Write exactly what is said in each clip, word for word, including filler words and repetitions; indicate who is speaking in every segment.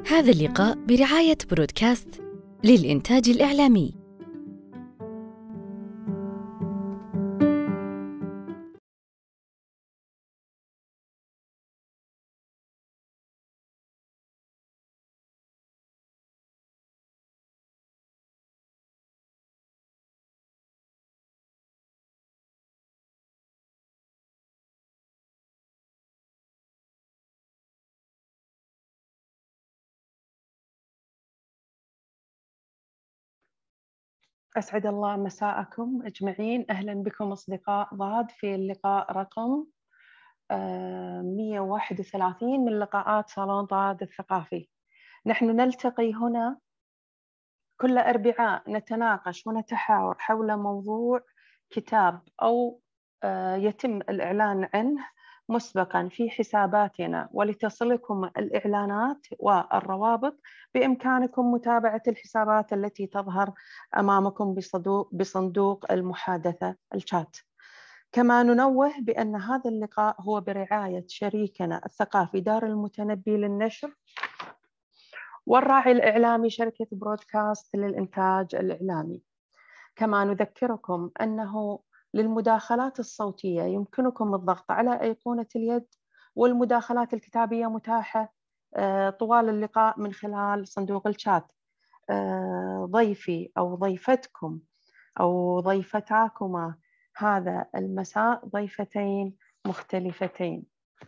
Speaker 1: هذا اللقاء برعاية برودكاست للإنتاج الإعلامي.
Speaker 2: أسعد الله مساءكم أجمعين. أهلا بكم أصدقاء ضاد في اللقاء رقم مئة وواحد وثلاثين من لقاءات صالون ضاد الثقافي. نحن نلتقي هنا كل أربعاء نتناقش ونتحاور حول موضوع كتاب أو يتم الإعلان عنه مسبقا في حساباتنا، ولتصلكم الإعلانات والروابط بإمكانكم متابعة الحسابات التي تظهر أمامكم بصندوق المحادثة الشات. كما ننوه بأن هذا اللقاء هو برعاية شريكنا الثقافي دار المتنبي للنشر، والراعي الإعلامي شركة برودكاست للإنتاج الإعلامي. كما نذكركم أنه للمداخلات الصوتية يمكنكم الضغط على أيقونة اليد، والمداخلات الكتابية متاحة طوال اللقاء من خلال صندوق الشات. ضيفي أو ضيفتكم أو ضيفتاكما هذا المساء ضيفتين مختلفتين.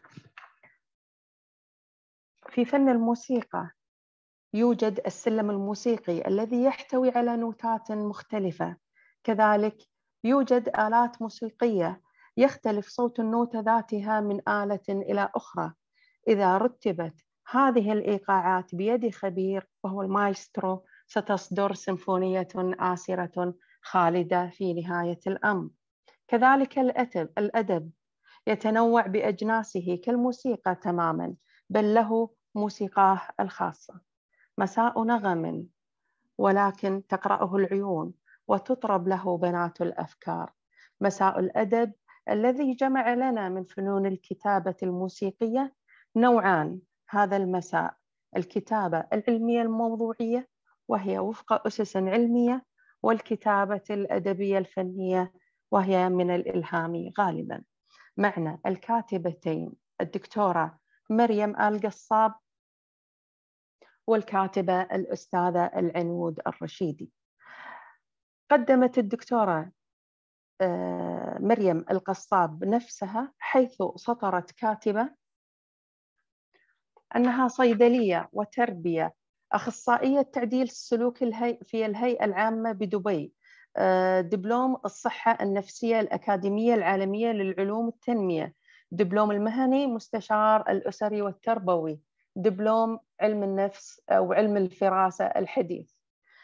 Speaker 2: في فن الموسيقى يوجد السلم الموسيقي الذي يحتوي على نوتات مختلفة، كذلك يوجد آلات موسيقية يختلف صوت النوتة ذاتها من آلة إلى أخرى. إذا رتبت هذه الإيقاعات بيد خبير وهو المايسترو ستصدر سيمفونية آسرة خالدة في نهاية الأمر. كذلك الأدب الأدب يتنوع بأجناسه كالموسيقى تماما، بل له موسيقاه الخاصة. مساء نغم ولكن تقرأه العيون وتطرب له بنات الأفكار. مساء الأدب الذي جمع لنا من فنون الكتابة الموسيقية نوعان هذا المساء: الكتابة العلمية الموضوعية وهي وفق أسس علمية، والكتابة الأدبية الفنية وهي من الإلهام غالبا. معنا الكاتبتين الدكتورة مريم آل قصاب والكاتبة الأستاذة العنود الرشيدي. قدمت الدكتورة مريم القصاب نفسها حيث سطرت كاتبة أنها صيدلية وتربية، أخصائية تعديل السلوك في الهيئة العامة بدبي، دبلوم الصحة النفسية الأكاديمية العالمية للعلوم التنمية، دبلوم المهني مستشار الأسري والتربوي، دبلوم علم النفس أو علم الفراسة الحديث.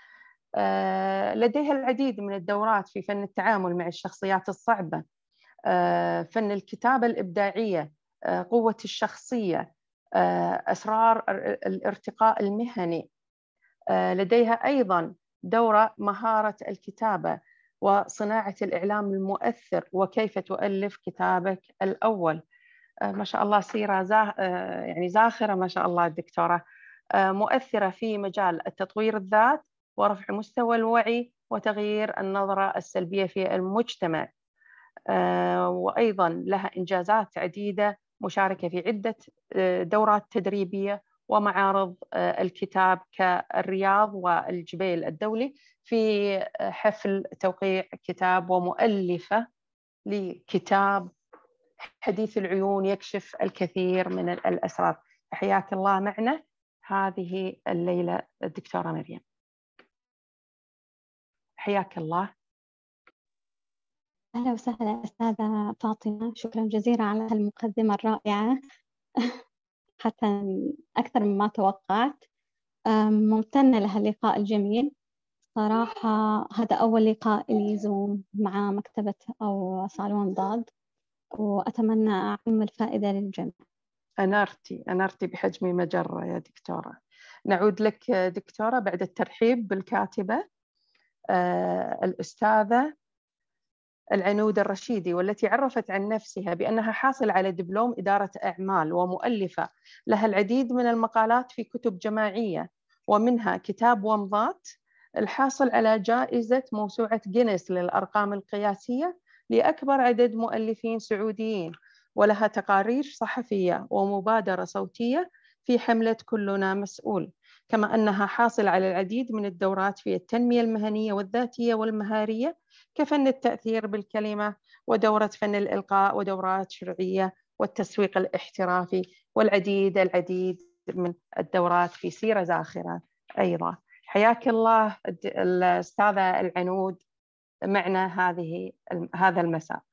Speaker 2: لديها العديد من الدورات في فن التعامل مع الشخصيات الصعبة، فن الكتابة الإبداعية، قوة الشخصية، أسرار الارتقاء المهني. لديها أيضا دورة مهارة الكتابة وصناعة الإعلام المؤثر وكيف تؤلف كتابك الأول. ما شاء الله سيرة زا يعني زاخرة ما شاء الله الدكتورة، مؤثرة في مجال التطوير الذات ورفع مستوى الوعي وتغيير النظرة السلبية في المجتمع. وأيضا لها إنجازات عديدة، مشاركة في عدة دورات تدريبية ومعارض الكتاب كالرياض والجبيل الدولي، في حفل توقيع كتاب، ومؤلفة لكتاب حديث العيون يكشف الكثير من الأسرار. حياك الله معنا هذه الليلة الدكتورة مريم، حياك الله.
Speaker 3: أهلا وسهلا أستاذة فاطمة، شكرا جزيلا على هالمقدمة الرائعة حتى أكثر مما توقعت. ممتنة لهاللقاء الجميل صراحة. هذا أول لقاء لي زوم مع مكتبة أو صالون ضاد، وأتمنى أعم الفائدة للجميع.
Speaker 2: أنرتي أنرتي بحجم مجرة يا دكتورة. نعود لك دكتورة بعد الترحيب بالكاتبة آه الأستاذة العنود الرشيدي، والتي عرفت عن نفسها بأنها حاصلة على دبلوم إدارة أعمال ومؤلفة لها العديد من المقالات في كتب جماعية، ومنها كتاب ومضات الحاصل على جائزة موسوعة جينيس للأرقام القياسية لأكبر عدد مؤلفين سعوديين، ولها تقارير صحفية ومبادرة صوتية في حملة كلنا مسؤول، كما أنها حاصلة على العديد من الدورات في التنمية المهنية والذاتية والمهارية كفن التأثير بالكلمة، ودورة فن الإلقاء، ودورات شرعية والتسويق الاحترافي، والعديد العديد من الدورات في سيرة زاخرة أيضا. حياك الله الأستاذة العنود معنا هذه هذا المساء.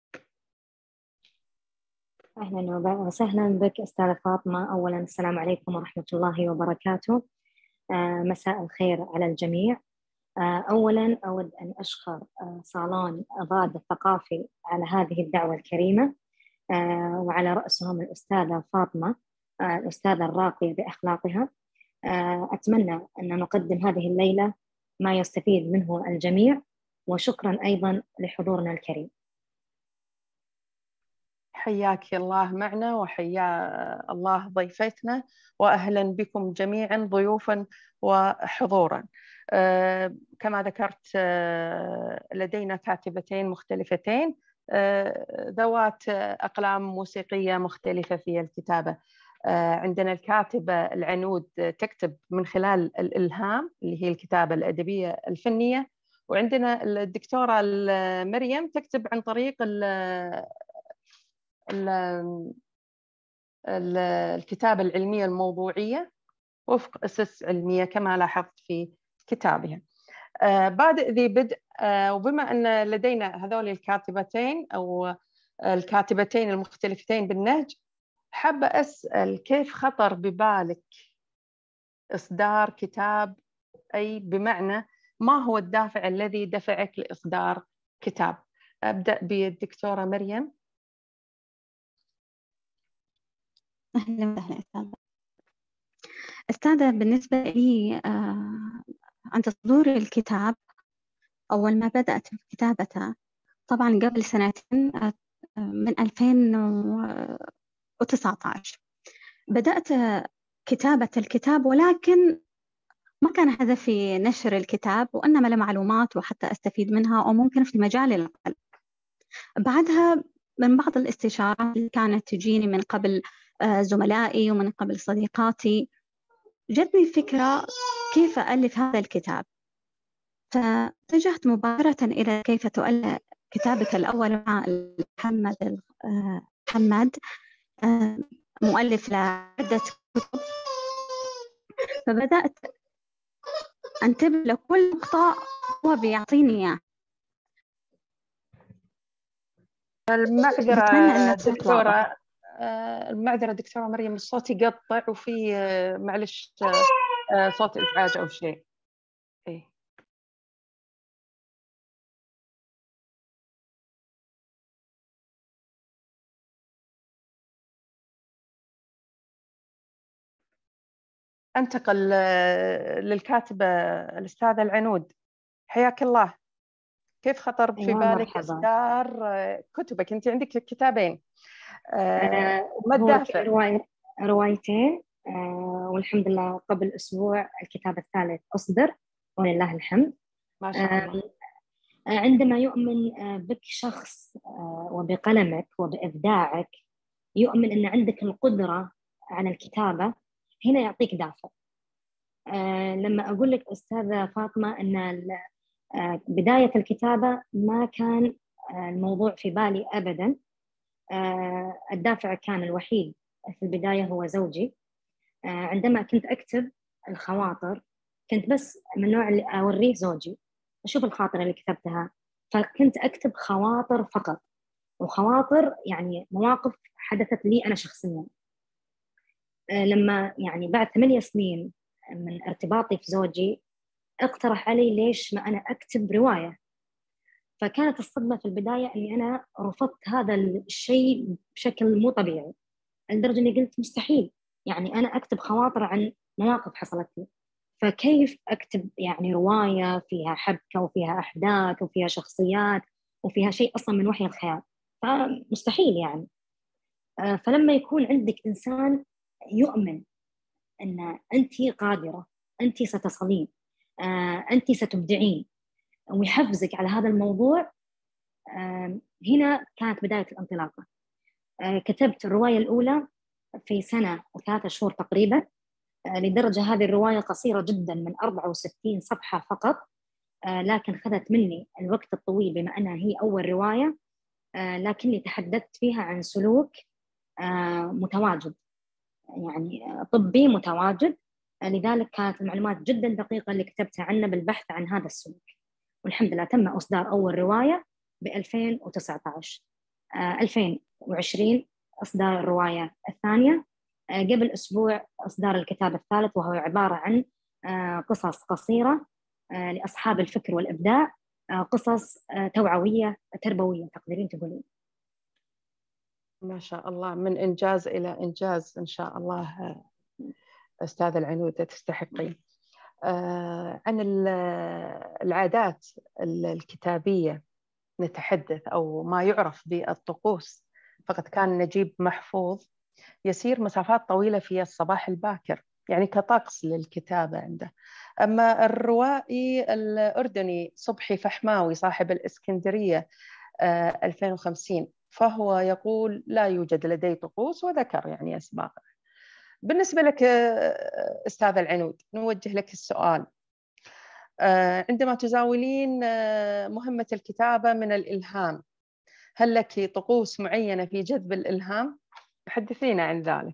Speaker 4: أهلا وسهلا بك أستاذة فاطمة. أولا السلام عليكم ورحمة الله وبركاته. آه مساء الخير على الجميع. آه أولا أود أن أشكر آه صالون ضاد الثقافي على هذه الدعوة الكريمة، آه وعلى رأسهم الأستاذة فاطمة، آه الأستاذة الراقية بأخلاقها. آه أتمنى أن نقدم هذه الليلة ما يستفيد منه الجميع، وشكرا أيضا لحضورنا الكريم.
Speaker 2: حياك الله معنا وحيا الله ضيفتنا، وأهلا بكم جميعا ضيوفا وحضورا. آه كما ذكرت آه لدينا كاتبتين مختلفتين آه ذوات أقلام موسيقية مختلفة في الكتابة. آه عندنا الكاتبة العنود تكتب من خلال الإلهام اللي هي الكتابة الأدبية الفنية، وعندنا الدكتورة مريم تكتب عن طريق الكتابة العلمية الموضوعية وفق أسس علمية كما لاحظت في كتابها. آه بادئ ذي بدء، آه وبما أن لدينا هذول الكاتبتين أو الكاتبتين المختلفتين بالنهج، حابة أسأل كيف خطر ببالك إصدار كتاب؟ أي بمعنى ما هو الدافع الذي دفعك لإصدار كتاب؟ أبدأ بالدكتورة مريم.
Speaker 3: أهلا وسهلا أستاذة. أستاذة بالنسبة لي آه عند صدور الكتاب، أول ما بدأت في كتابته طبعا قبل سنتين آه من ألفين وتسعة عشر بدأت كتابة الكتاب، ولكن ما كان هدفي نشر الكتاب وإنما لمعلومات وحتى أستفيد منها، أو ممكن في مجال العمل. بعدها من بعض الاستشارات اللي كانت تجيني من قبل زملائي ومن قبل صديقاتي، جتني فكرة كيف ألف هذا الكتاب، فاتجهت مباشرة إلى كيف تؤلف كتابك الأول مع محمد محمد مؤلف لعدة كتب. فبدأت أنتبه لكل نقطة هو بيعطيني إياه.
Speaker 2: المعذرة دكتورة المعذرة دكتورة مريم، الصوت يقطع وفي معلش صوت إزعاج أو شيء. إيه. أنتقل للكاتبة الأستاذة العنود. حياك الله. كيف خطر في بالك إصدار كتبك؟ أنت عندك كتابين، ما الدافع؟
Speaker 4: رواية روايتين آه والحمد لله قبل أسبوع الكتاب الثالث أصدر ولله الحمد.
Speaker 2: ما شاء الله.
Speaker 4: آه عندما يؤمن بك شخص آه وبقلمك وبإبداعك، يؤمن أن عندك القدرة على الكتابة، هنا يعطيك دافع. آه لما أقول لك أستاذة فاطمة أن آه بداية الكتابة ما كان آه الموضوع في بالي أبداً. آه الدافع كان الوحيد في البداية هو زوجي. آه عندما كنت أكتب الخواطر كنت بس من النوع اللي أوريه زوجي، أشوف الخاطر اللي كتبتها، فكنت أكتب خواطر فقط، وخواطر يعني مواقف حدثت لي أنا شخصيا. آه لما يعني بعد ثمانية سنين من ارتباطي في زوجي اقترح علي ليش ما أنا أكتب رواية. فكانت الصدمة في البداية أني أنا رفضت هذا الشيء بشكل مو طبيعي، لدرجة أني قلت مستحيل، يعني أنا أكتب خواطر عن مواقف حصلت لي، فكيف أكتب يعني رواية فيها حبكة وفيها أحداث وفيها شخصيات وفيها شيء أصلا من وحي الخيال، فمستحيل يعني. فلما يكون عندك إنسان يؤمن أن أنت قادرة، أنت ستصلين، أنت ستبدعين، ويحفزك على هذا الموضوع، هنا كانت بداية الانطلاقة. كتبت الرواية الأولى في سنة وثلاثة شهور تقريبا، لدرجة هذه الرواية قصيرة جدا من أربعة وستين صفحة فقط، لكن خذت مني الوقت الطويل بما أنها هي أول رواية، لكني تحدثت فيها عن سلوك متواجد، يعني طبي متواجد، لذلك كانت المعلومات جدا دقيقة اللي كتبتها عنه بالبحث عن هذا السلوك. والحمد لله تم إصدار أول رواية ب ألفين وتسعة عشر. ألفين وعشرين إصدار الرواية الثانية، قبل أسبوع إصدار الكتاب الثالث، وهو عبارة عن قصص قصيرة لأصحاب الفكر والإبداع، قصص توعوية تربوية تقدرين تقولين.
Speaker 2: ما شاء الله، من إنجاز إلى إنجاز إن شاء الله أستاذة العنودة تستحقين. آه عن العادات الكتابية نتحدث، أو ما يعرف بالطقوس. فقد كان نجيب محفوظ يسير مسافات طويلة في الصباح الباكر، يعني كطقس للكتابة عنده. أما الروائي الأردني صبحي فحماوي صاحب الإسكندرية آه ألفين وخمسين، فهو يقول لا يوجد لدي طقوس، وذكر يعني أسباب. بالنسبة لك أستاذ العنود، نوجه لك السؤال. عندما تزاولين مهمة الكتابة من الإلهام، هل لك طقوس معينة في جذب الإلهام؟ حدثينا عن ذلك.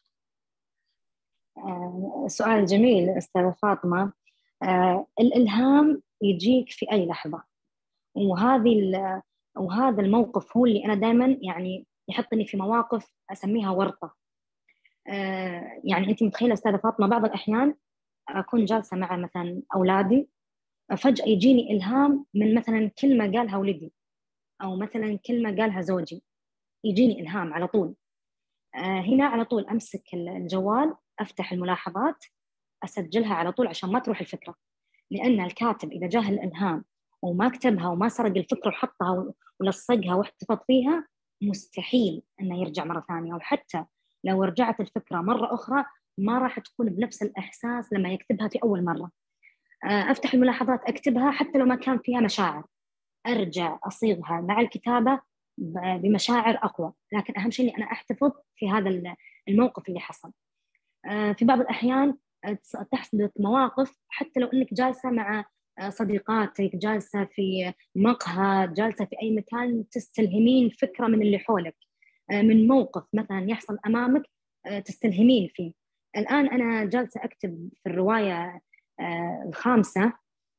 Speaker 4: سؤال جميل أستاذة فاطمة. الإلهام يجيك في أي لحظة، وهذه وهذا الموقف هو اللي أنا دائما يعني يحطني في مواقف أسميها ورطة. يعني أنت متخيلة أستاذة فاطمة، بعض الأحيان أكون جالسة مع مثلا أولادي، فجأة يجيني إلهام من مثلا كلمة قالها ولدي، أو مثلا كلمة قالها زوجي، يجيني إلهام على طول. هنا على طول أمسك الجوال، أفتح الملاحظات، أسجلها على طول عشان ما تروح الفكرة، لأن الكاتب إذا جاه الإلهام وما كتبها وما سرق الفكرة وحطها ولصقها واحتفظ فيها، مستحيل أنه يرجع مرة ثانية. وحتى لو رجعت الفكرة مرة أخرى ما راح تكون بنفس الإحساس لما يكتبها في أول مرة. أفتح الملاحظات أكتبها حتى لو ما كان فيها مشاعر، أرجع أصيغها مع الكتابة بمشاعر أقوى، لكن أهم شيء أني أنا أحتفظ في هذا الموقف اللي حصل. في بعض الأحيان تحصل مواقف حتى لو أنك جالسة مع صديقاتك، جالسة في مقهى، جالسة في أي مكان، تستلهمين فكرة من اللي حولك، من موقف مثلا يحصل أمامك تستلهمين فيه. الآن أنا جالسة أكتب في الرواية الخامسة،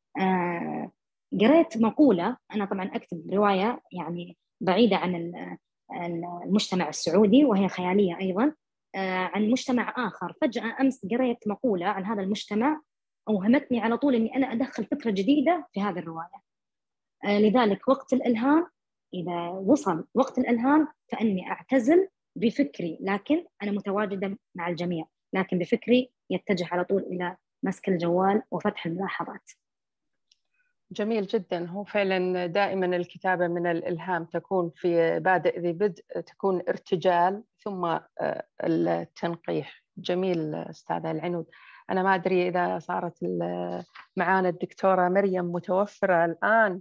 Speaker 4: قريت مقولة. أنا طبعا أكتب رواية يعني بعيدة عن المجتمع السعودي، وهي خيالية أيضا عن مجتمع آخر. فجأة أمس قريت مقولة عن هذا المجتمع أوهمتني على طول أني أنا أدخل فكرة جديدة في هذه الرواية. لذلك وقت الإلهام، إذا وصل وقت الإلهام فإني أعتزل بفكري، لكن أنا متواجدة مع الجميع، لكن بفكري يتجه على طول إلى مسك الجوال وفتح الملاحظات.
Speaker 2: جميل جدا. هو فعلا دائما الكتابة من الإلهام تكون في بادئ ذي بدء، تكون ارتجال ثم التنقيح. جميل أستاذة العنود. أنا ما أدري إذا صارت معانا الدكتورة مريم متوفرة الآن.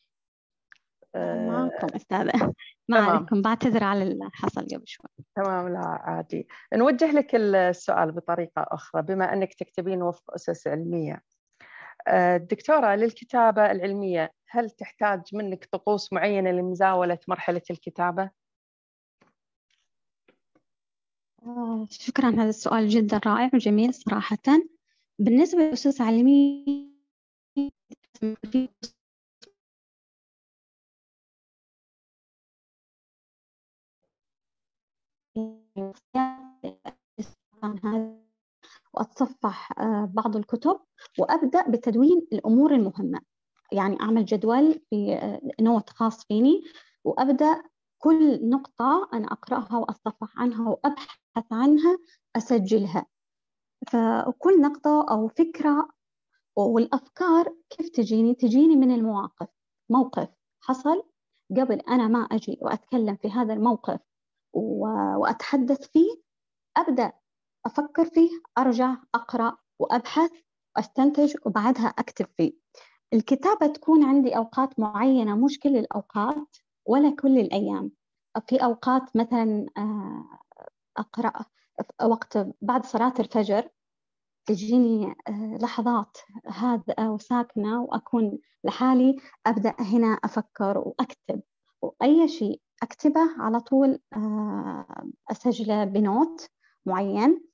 Speaker 3: معكم أستاذة، ما عليكم، بعتذر على اللي حصل قبل شوي.
Speaker 2: تمام، لا عادي. نوجه لك السؤال بطريقة أخرى، بما أنك تكتبين وفق أسس علمية. الدكتورة، للكتابة العلمية هل تحتاج منك طقوس معينة لمزاولة مرحلة الكتابة؟
Speaker 3: آه شكرا، هذا السؤال جدا رائع وجميل صراحة. بالنسبة للأسس العلمية وأتصفح بعض الكتب وأبدأ بتدوين الأمور المهمة، يعني أعمل جدول في نوت خاص فيني، وأبدأ كل نقطة أنا أقرأها وأتصفح عنها وأبحث عنها أسجلها. فكل نقطة أو فكرة والأفكار كيف تجيني؟ تجيني من المواقف. موقف حصل قبل أنا ما أجي وأتكلم في هذا الموقف وأتحدث فيه، أبدأ أفكر فيه، أرجع أقرأ وأبحث وأستنتج وبعدها أكتب فيه. الكتابة تكون عندي أوقات معينة، مش كل الأوقات ولا كل الأيام. في أوقات مثلا أقرأ وقت بعد صلاة الفجر، تجيني لحظات هادئة وساكنة وأكون لحالي، أبدأ هنا أفكر وأكتب، وأي شيء أكتبه على طول أسجله بنوت معين.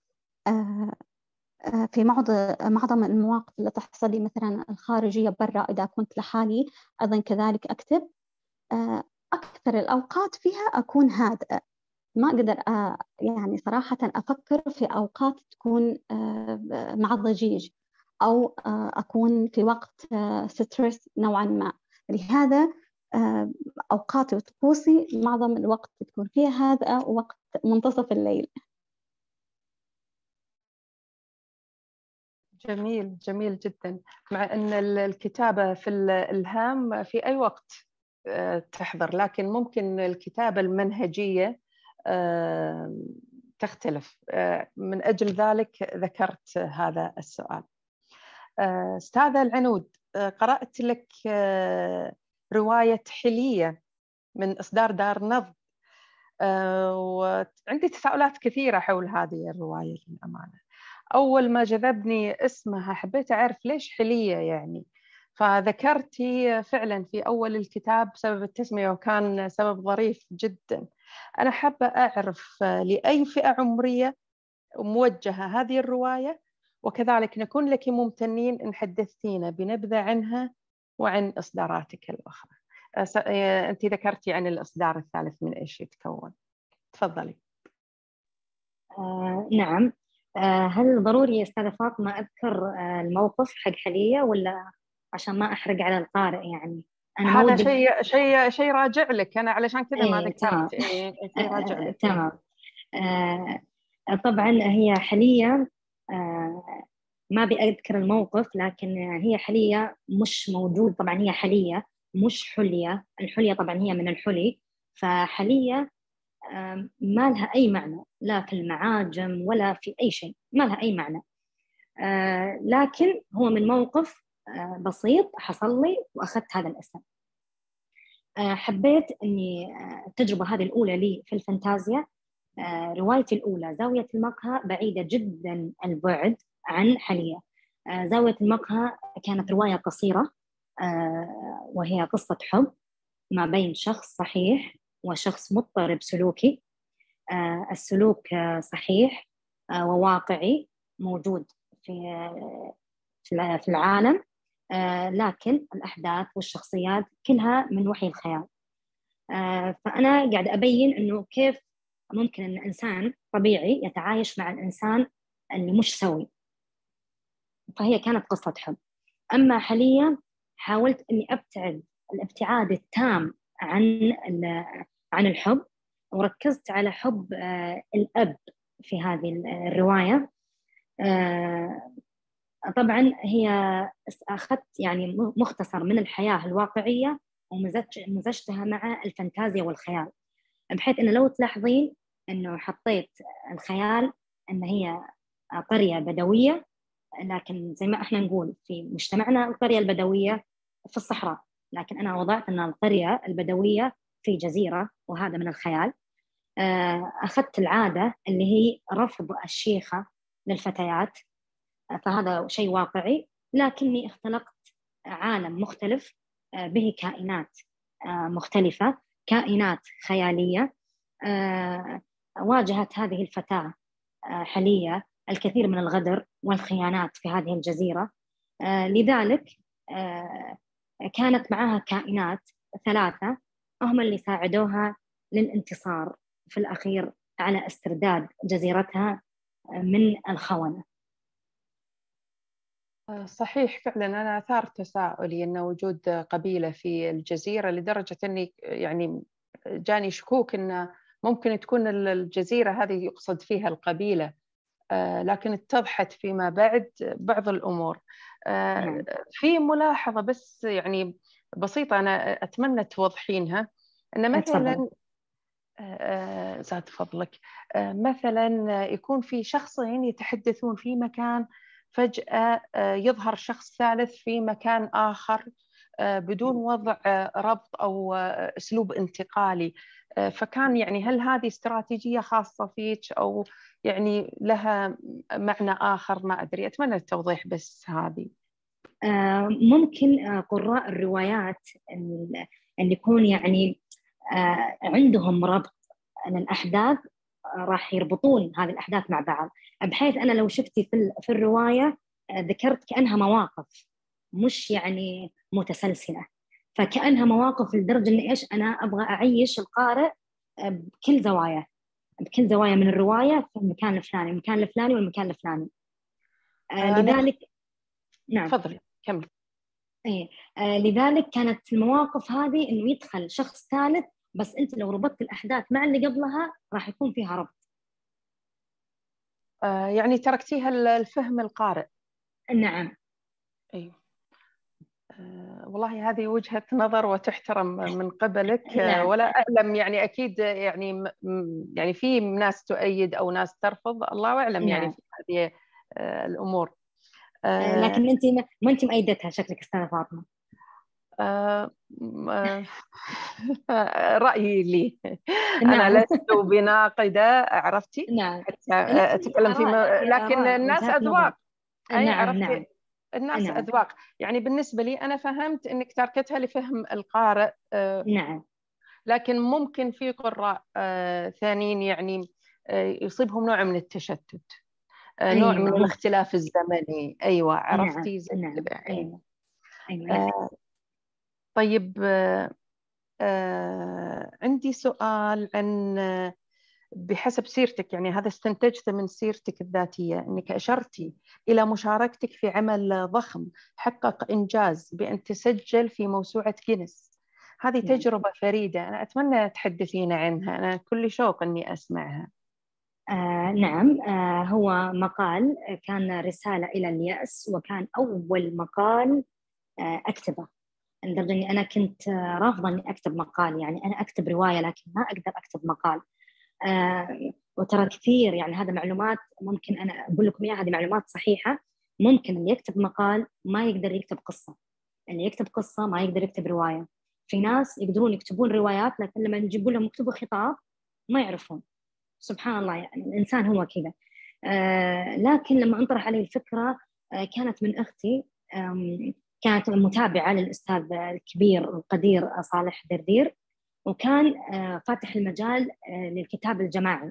Speaker 3: في معظم المواقف اللي تحصل لي مثلا الخارجية برا، إذا كنت لحالي أيضا كذلك أكتب. أكثر الأوقات فيها أكون هادئة، ما أقدر يعني صراحة أفكر في أوقات تكون مع ضجيج أو أكون في وقت ستريس نوعا ما. لهذا أوقاتي وطقوسي معظم الوقت تكون فيها هادئة، ووقت منتصف الليل.
Speaker 2: جميل جميل جدا. مع أن الكتابة في الإلهام في أي وقت تحضر، لكن ممكن الكتابة المنهجية تختلف. من أجل ذلك ذكرت هذا السؤال. أستاذة العنود، قرأت لك رواية حلية من إصدار دار نض، وعندي تساؤلات كثيرة حول هذه الرواية للأمانة. أول ما جذبني اسمها حبيت أعرف ليش حلية يعني، فذكرتي فعلا في أول الكتاب سبب التسمية وكان سبب ظريف جدا. أنا حابة أعرف لأي فئة عمرية موجهة هذه الرواية، وكذلك نكون لك ممتنين إن حدثتينا بنبذة عنها وعن إصداراتك الأخرى. أنت ذكرتي عن الإصدار الثالث من إيش يتكون، تفضلي.
Speaker 4: آه نعم. آه هل ضروري يا أستاذة فاطمة أذكر آه الموقف حق حلية، ولا عشان ما أحرق على القارئ؟ يعني أنا
Speaker 2: هذا شيء شيء شيء راجع لك، أنا علشان كذا ما
Speaker 4: إيه
Speaker 2: ذكرت. إيه شيء راجع لك.
Speaker 4: تمام. آه طبعا هي حلية، آه ما أذكر الموقف، لكن هي حلية مش موجود. طبعا هي حلية مش حلية، الحلية طبعا هي من الحلي، فحلية آه ما لها أي معنى، لا في المعاجم ولا في أي شيء، ما لها أي معنى. آه لكن هو من موقف آه بسيط حصل لي وأخذت هذا الاسم. آه حبيت أني آه التجربة هذه الأولى لي في الفانتازيا. آه روايتي الأولى زاوية المقهى بعيدة جدا البعد عن حلية. آه زاوية المقهى كانت رواية قصيرة، آه وهي قصة حب ما بين شخص صحيح وشخص مضطرب سلوكي. آه السلوك آه صحيح آه وواقعي موجود في في العالم، آه لكن الأحداث والشخصيات كلها من وحي الخيال. آه فأنا قاعدة أبين أنه كيف ممكن أن إنسان طبيعي يتعايش مع الإنسان اللي مش سوي. فهي كانت قصة حب. أما حاليا حاولت أني أبتعد الابتعاد التام عن عن الحب، وركزت على حب آه الأب في هذه الرواية. آه طبعا هي أخذت يعني مختصر من الحياة الواقعية ومزجتها مع الفانتازيا والخيال، بحيث أنه لو تلاحظين أنه حطيت الخيال أن هي قرية بدوية، لكن زي ما احنا نقول في مجتمعنا القرية البدوية في الصحراء، لكن أنا وضعت أن القرية البدوية في جزيرة، وهذا من الخيال. أخذت العادة اللي هي رفض الشيخة للفتيات، فهذا شيء واقعي، لكني اختلقت عالم مختلف به كائنات مختلفة، كائنات خيالية. واجهت هذه الفتاة حلية الكثير من الغدر والخيانات في هذه الجزيرة، لذلك كانت معها كائنات ثلاثة هم اللي ساعدوها للانتصار في الأخير على استرداد جزيرتها من الخونة.
Speaker 2: صحيح فعلا. أنا أثار تساؤلي أن وجود قبيلة في الجزيرة، لدرجة أني يعني جاني شكوك أن ممكن تكون الجزيرة هذه يقصد فيها القبيلة، لكن اتضحت فيما بعد بعض الأمور. في ملاحظة بس يعني بسيطة أنا أتمنى توضحينها. أن
Speaker 4: تفضل.
Speaker 2: مثلا زاد فضلك، مثلا يكون في شخصين يتحدثون في مكان، فجأة يظهر شخص ثالث في مكان آخر بدون وضع ربط أو أسلوب انتقالي، فكان يعني هل هذه استراتيجية خاصة فيك أو يعني لها معنى آخر؟ ما أدري، أتمنى التوضيح بس هذه.
Speaker 4: ممكن قراء الروايات أن يكون يعني عندهم ربط أن الأحداث راح يربطون هذه الأحداث مع بعض، بحيث أنا لو شفتي في في الرواية ذكرت كأنها مواقف مش يعني متسلسلة، فكأنها مواقف لدرجة إن إيش أنا أبغى أعيش القارئ بكل زوايا بكل زوايا من الرواية في المكان الفلاني المكان الفلاني والمكان الفلاني. آه لذلك نعم
Speaker 2: تفضلي كمل.
Speaker 4: إيه آه لذلك كانت المواقف هذه إنه يدخل شخص ثالث، بس أنت لو ربطت الأحداث مع اللي قبلها راح يكون فيها ربط.
Speaker 2: آه يعني تركتيها الفهم القارئ.
Speaker 4: نعم.
Speaker 2: أيوه. آه والله هذه وجهة نظر وتحترم من قبلك.
Speaker 4: نعم.
Speaker 2: ولا أعلم يعني أكيد يعني يعني في ناس تؤيد أو ناس ترفض، الله أعلم.
Speaker 4: نعم.
Speaker 2: يعني في هذه آه الأمور.
Speaker 4: آه لكن أنت ما أنت مؤيدتها شكلك أستاذة فاطمة.
Speaker 2: آه رأيي لي.
Speaker 4: نعم.
Speaker 2: أنا لست بناقدة، عرفتي؟
Speaker 4: نعم.
Speaker 2: حتى أتكلم في م... لكن الناس أذواق. أي
Speaker 4: نعم.
Speaker 2: عرفتي؟
Speaker 4: نعم.
Speaker 2: الناس
Speaker 4: نعم.
Speaker 2: أذواق. يعني بالنسبة لي أنا فهمت أنك تركتها لفهم القارئ.
Speaker 4: نعم.
Speaker 2: لكن ممكن في قراء ثانيين يعني يصيبهم نوع من التشتت، نوع
Speaker 4: أيوة.
Speaker 2: من الاختلاف الزمني. أيوة عرفتي.
Speaker 4: نعم.
Speaker 2: زي
Speaker 4: نعم.
Speaker 2: كذا.
Speaker 4: أيوة. أيوة.
Speaker 2: آه طيب. آه آه عندي سؤال عن بحسب سيرتك، يعني هذا استنتجته من سيرتك الذاتية، أنك أشرتي إلى مشاركتك في عمل ضخم حقق إنجاز بأن تسجل في موسوعة جينيس. هذه
Speaker 4: نعم.
Speaker 2: تجربة فريدة، أنا أتمنى تحدثينا عنها، أنا كل شوق أني أسمعها.
Speaker 4: آه نعم. آه هو مقال كان رسالة إلى اليأس، وكان أول مقال آه أكتبه، لدرجة أني أنا كنت آه رافضة أني أكتب مقال. يعني أنا أكتب رواية لكن ما أقدر أكتب مقال. آه وترى كثير يعني هذا معلومات ممكن أنا أقول لكم إياها، هذه معلومات صحيحة. ممكن اللي يكتب مقال ما يقدر يكتب قصة، اللي يكتب قصة ما يقدر يكتب رواية. في ناس يقدرون يكتبون روايات لكن لما نجيب لهم يكتبوا خطاب ما يعرفون. سبحان الله، يعني الإنسان هو كذا. آه لكن لما انطرح علي الفكرة آه كانت من أختي، كانت متابعة للأستاذ الكبير القدير صالح دردير، وكان آه فاتح المجال آه للكتاب الجماعي.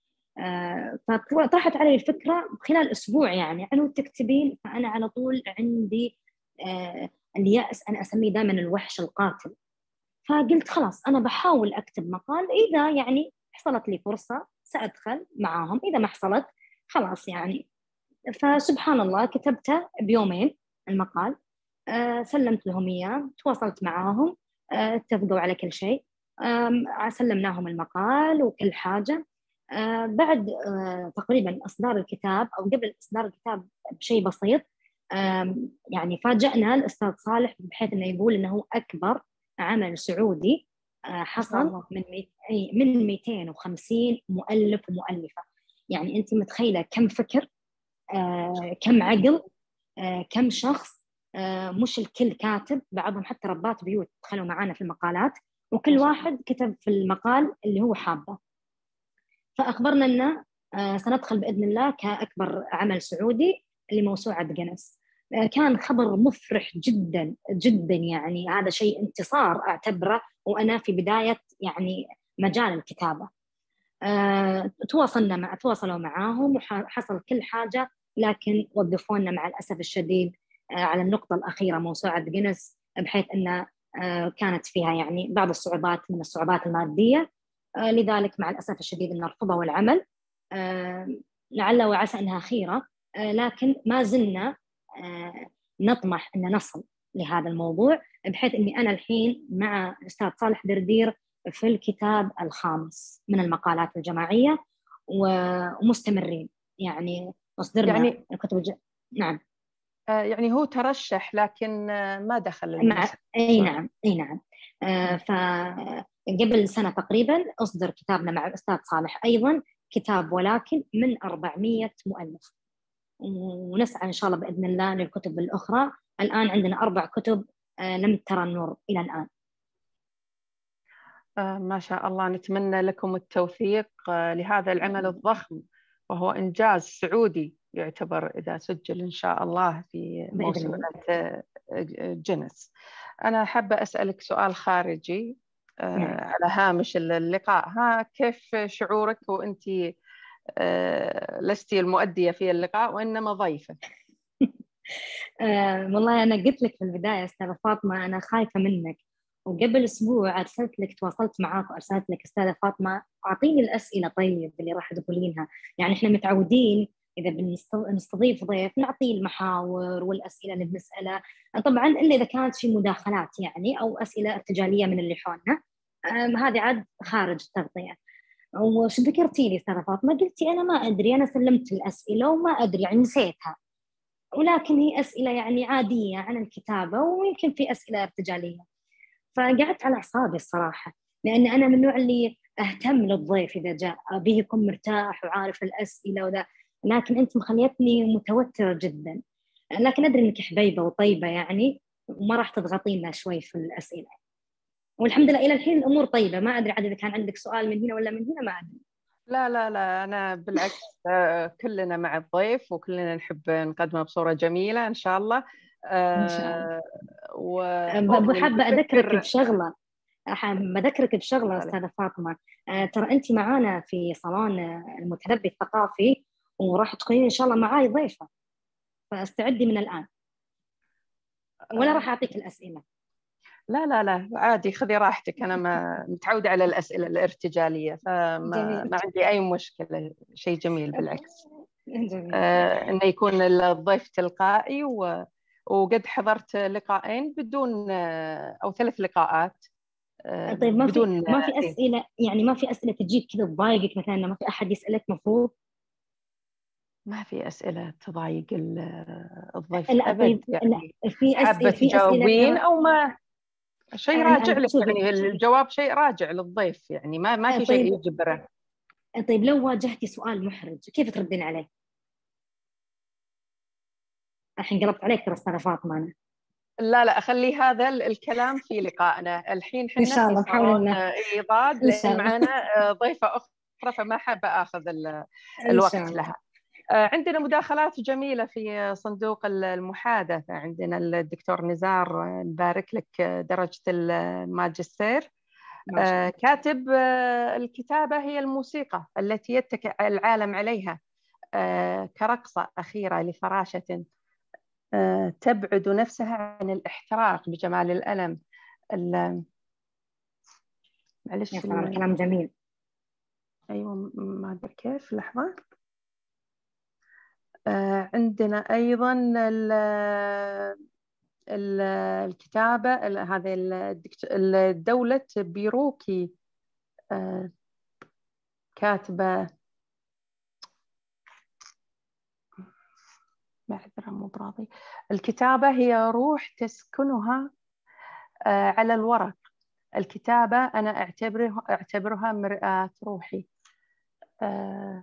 Speaker 4: آه فطرحت علي الفكرة خلال أسبوع، يعني أنو تكتبين؟ فأنا على طول عندي آه اليأس، أنا أسميه دائما الوحش القاتل. فقلت خلاص أنا بحاول أكتب مقال، إذا يعني حصلت لي فرصة سأدخل معاهم، إذا ما حصلت خلاص يعني. فسبحان الله كتبته بيومين المقال. آه سلمت لهم إياه، تواصلت معاهم، آه اتفقوا على كل شيء، آه سلمناهم المقال وكل حاجة. آه بعد آه تقريبا إصدار الكتاب أو قبل إصدار الكتاب بشيء بسيط، آه يعني فاجأنا الأستاذ صالح بحيث أنه يقول أنه أكبر عمل سعودي حصل من من مئتين وخمسين مؤلف ومؤلفة. يعني أنت متخيلة كم فكر، آه كم عقل، آه كم شخص، آه مش الكل كاتب، بعضهم حتى ربات بيوت دخلوا معانا في المقالات، وكل واحد كتب في المقال اللي هو حابه. فأخبرنا أنه آه سندخل بإذن الله كأكبر عمل سعودي لموسوعة جينيس. كان خبر مفرح جدا جدا، يعني هذا شيء انتصار أعتبره، وأنا في بداية يعني مجال الكتابة. أه، تواصلنا مع تواصلوا معاهم وحصل كل حاجة، لكن وقفونا مع الأسف الشديد أه على النقطة الأخيرة موسوعة جينيس، بحيث أن أه كانت فيها يعني بعض الصعوبات من الصعوبات المادية. أه لذلك مع الأسف الشديد أن رفضوا العمل. أه لعل وعسى أنها خيرة، أه لكن ما زلنا أه نطمح أن نصل لهذا الموضوع، بحيث أني أنا الحين مع الأستاذ صالح دردير في الكتاب الخامس من المقالات الجماعية، ومستمرين يعني أصدرنا
Speaker 2: يعني
Speaker 4: الكتب الج... نعم.
Speaker 2: آه يعني هو ترشح لكن ما دخل
Speaker 4: مع... أي نعم أي نعم. آه ف قبل سنة تقريبا أصدر كتابنا مع الأستاذ صالح أيضا كتاب ولكن من أربعمية مؤلف، ونسعى إن شاء الله بإذن الله للكتب الأخرى. الآن عندنا أربع كتب لم ترى النور إلى الآن.
Speaker 2: آه ما شاء الله، نتمنى لكم التوفيق آه لهذا العمل الضخم، وهو إنجاز سعودي يعتبر إذا سجل إن شاء الله في موسوعة جينيس. أنا حابة أسألك سؤال خارجي آه
Speaker 4: نعم.
Speaker 2: على هامش اللقاء، ها كيف شعورك وأنت آه لستي المؤدية في اللقاء وإنما ضيفة؟
Speaker 4: آه والله أنا قلت لك في البداية أستاذة فاطمة أنا خايفة منك، وقبل أسبوع أرسلت لك، تواصلت معاك وأرسلت لك أستاذة فاطمة أعطيني الأسئلة طيب اللي راح تقولينها. يعني إحنا متعودين إذا بنستضيف ضيف نعطيه المحاور والأسئلة اللي بنسألها، طبعا إلا إذا كانت في مداخلات يعني أو أسئلة ارتجالية من اللي حولنا، هذه عاد خارج التغطية. وش ذكرتي لي أستاذة فاطمة؟ قلتي أنا ما أدري، أنا سلمت الأسئلة وما أدري يعني نسيتها، ولكن هي أسئلة يعني عادية عن الكتابة ويمكن في أسئلة ارتجالية. فقعدت على أعصابي الصراحة، لأن أنا من النوع اللي أهتم للضيف إذا جاء به يكون مرتاح وعارف الأسئلة وذا، لكن أنت مخليتني متوترة جدا. لكن أدري إنك حبيبة وطيبة يعني، وما راح تضغطينا شوي في الأسئلة، والحمد لله إلى الحين الأمور طيبة. ما أدري عاد إذا كان عندك سؤال من هنا ولا من هنا، ما أدري.
Speaker 2: لا لا لا، أنا بالعكس كلنا مع الضيف وكلنا نحب نقدمه بصورة جميلة إن شاء الله.
Speaker 4: إن شاء الله.
Speaker 2: وحابة
Speaker 4: أذكرك بشغلة بذكرك بشغلة أستاذة فاطمة، ترى أنت معانا في صالون المتنبي الثقافي وراح تكونين إن شاء الله معاي ضيفة، فاستعدي من الآن ولا راح أعطيك الأسئلة.
Speaker 2: لا لا لا عادي، خذي راحتك، أنا ما متعودة على الأسئلة الارتجالية، فما ما عندي أي مشكلة، شيء جميل بالعكس.
Speaker 4: جميل.
Speaker 2: آه إنه يكون الضيف تلقائي و... وقد حضرت لقاءين بدون آه أو ثلاث لقاءات آه
Speaker 4: طيب ما
Speaker 2: بدون
Speaker 4: في ما في أسئلة يعني ما في أسئلة تجيك كذا تضايقك مثلا، ما في أحد يسألك مفروض؟
Speaker 2: ما في أسئلة تضايق الضيف
Speaker 4: لا
Speaker 2: أبد
Speaker 4: طيب
Speaker 2: يعني.
Speaker 4: لا في
Speaker 2: حابة
Speaker 4: أسئلة في أسئلة
Speaker 2: تجاوبين
Speaker 4: ترى
Speaker 2: أو ما شيء راجع لك،
Speaker 4: شوفي.
Speaker 2: يعني الجواب شيء راجع للضيف، يعني ما ما في
Speaker 4: طيب
Speaker 2: شيء يجبره.
Speaker 4: طيب لو واجهتي سؤال محرج كيف تردين عليه؟ الحين قلبت عليك ترى أستاذة فاطمة أنا.
Speaker 2: لا لا أخلي هذا الكلام في لقائنا الحين،
Speaker 4: إن
Speaker 2: حنا
Speaker 4: شاء
Speaker 2: في
Speaker 4: الله بحول
Speaker 2: صالون
Speaker 4: الله.
Speaker 2: إيضاد،
Speaker 4: إن شاء
Speaker 2: لأن
Speaker 4: الله.
Speaker 2: معنا ضيفة أخرى فما حابة أخذ
Speaker 4: إن شاء
Speaker 2: الوقت
Speaker 4: الله.
Speaker 2: لها. عندنا مداخلات جميلة في صندوق المحادثة، عندنا الدكتور نزار نبارك لك درجة الماجستير، كاتب الكتابة هي الموسيقى التي يتكئ العالم عليها كرقصة أخيرة لفراشة تبعد نفسها عن الاحتراق بجمال الألم. معلش
Speaker 4: يا سلام كلام جميل.
Speaker 2: أيوة ما أدري كيف، لحظة. آه عندنا أيضا ال ال الكتابة هذه الدولة بيروكي آه كاتبة، معذرة مو براضي، الكتابة هي روح تسكنها آه على الورق، الكتابة أنا أعتبره أعتبرها مرآة روحي. آه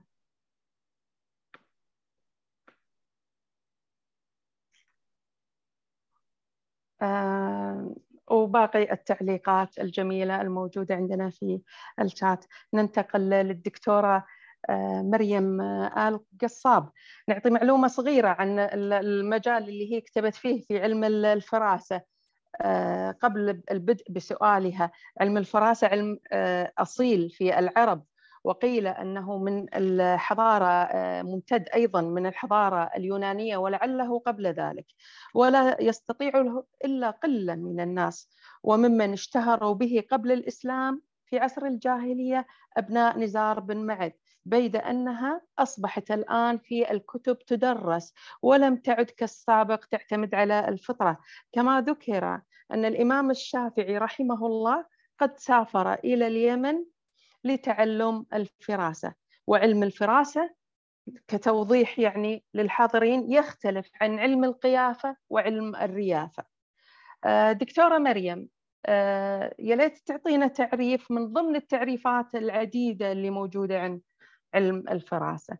Speaker 2: آه وباقي التعليقات الجميلة الموجودة عندنا في الشات. ننتقل للدكتورة آه مريم آل قصاب، نعطي معلومة صغيرة عن المجال اللي هي كتبت فيه في علم الفراسة آه قبل البدء بسؤالها. علم الفراسة علم آه أصيل في العرب، وقيل أنه من الحضارة ممتد أيضا من الحضارة اليونانية ولعله قبل ذلك، ولا يستطيعه إلا قلة من الناس، وممن اشتهروا به قبل الإسلام في عصر الجاهلية أبناء نزار بن معد، بيد أنها أصبحت الآن في الكتب تدرس ولم تعد كالسابق تعتمد على الفطرة. كما ذكر أن الإمام الشافعي رحمه الله قد سافر إلى اليمن لتعلم الفراسة، وعلم الفراسة كتوضيح يعني للحاضرين يختلف عن علم القيافة وعلم الريافة. دكتورة مريم، يا ليت تعطينا تعريف من ضمن التعريفات العديدة اللي موجودة عن علم الفراسة.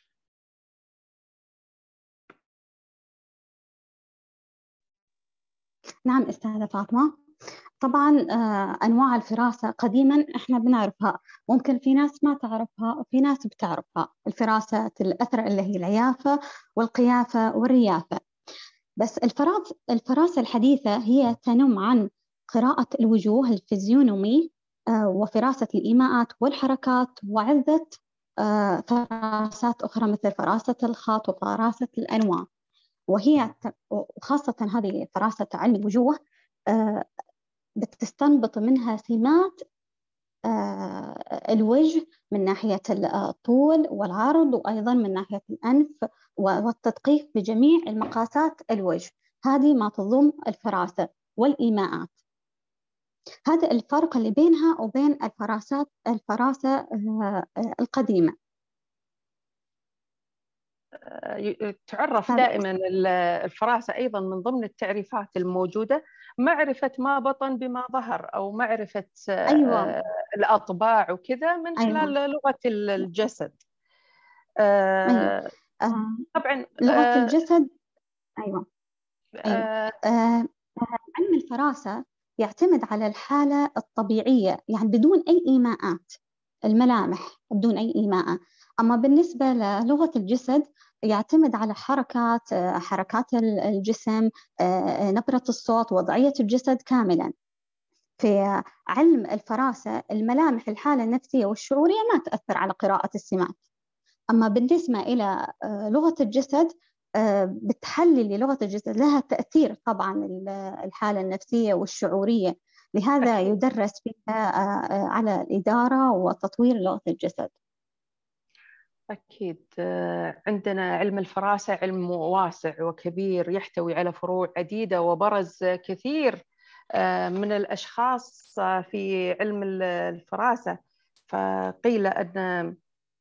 Speaker 3: نعم أستاذة فاطمة، طبعا أنواع الفراسة قديما إحنا بنعرفها، ممكن في ناس ما تعرفها وفي ناس بتعرفها. الفراسة الأثرى اللي هي العيافة والقيافة والريافة. بس الفراسة الفراسة الحديثة هي تنم عن قراءة الوجوه، الفيزيونومي، وفراسة الإيماءات والحركات، وعدة فراسات أخرى مثل فراسة الخط وفراسة الأنواع. وهي وخاصة هذه فراسة علم الوجوه بتستنبط منها سمات الوجه من ناحية الطول والعرض، وأيضا من ناحية الأنف والتدقيق بجميع المقاسات الوجه. هذه ما تضم الفراسة والإيماءات. هذا الفرق اللي بينها وبين الفراسات الفراسة القديمة.
Speaker 2: تعرف دائما الفراسة أيضا من ضمن التعريفات الموجودة معرفة ما بطن بما ظهر، أو معرفة
Speaker 3: أيوة.
Speaker 2: الأطباع وكذا من خلال أيوة. لغة الجسد.
Speaker 3: أيوة. آه.
Speaker 2: طبعا
Speaker 3: لغة الجسد. أيوة. أيوة. آه. علم الفراسة يعتمد على الحالة الطبيعية، يعني بدون أي إيماءات، الملامح بدون أي إيماء. أما بالنسبة للغة الجسد يعتمد على حركات حركات الجسم، نبرة الصوت، وضعية الجسد كاملا. في علم الفراسة الملامح، الحالة النفسية والشعورية ما تأثر على قراءة السمات. أما بالنسبة إلى لغة الجسد بتحلل لغة الجسد لها تأثير طبعا الحالة النفسية والشعورية، لهذا يدرس فيها على الإدارة وتطوير لغة الجسد.
Speaker 2: أكيد. عندنا علم الفراسة علم واسع وكبير يحتوي على فروع عديدة، وبرز كثير من الأشخاص في علم الفراسة. فقيل أن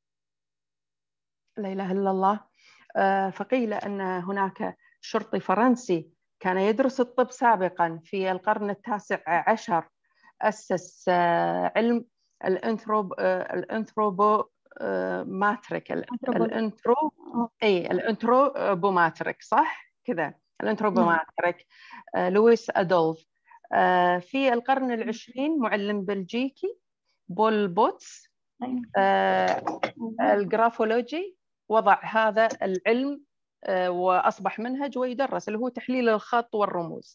Speaker 2: لا إله إلا الله فقيل أن هناك شرطي فرنسي كان يدرس الطب سابقا في القرن التاسع عشر، أسس علم الأنثروب الأنثروبو ماتريك الانترو اي الانتروبوماتريك، صح كذا، الانتروبوماتريك. لويس أدولف. في القرن العشرين معلم بلجيكي بول بوتس الجرافولوجي وضع هذا العلم وأصبح منهج ويدرس، اللي هو تحليل الخط والرموز.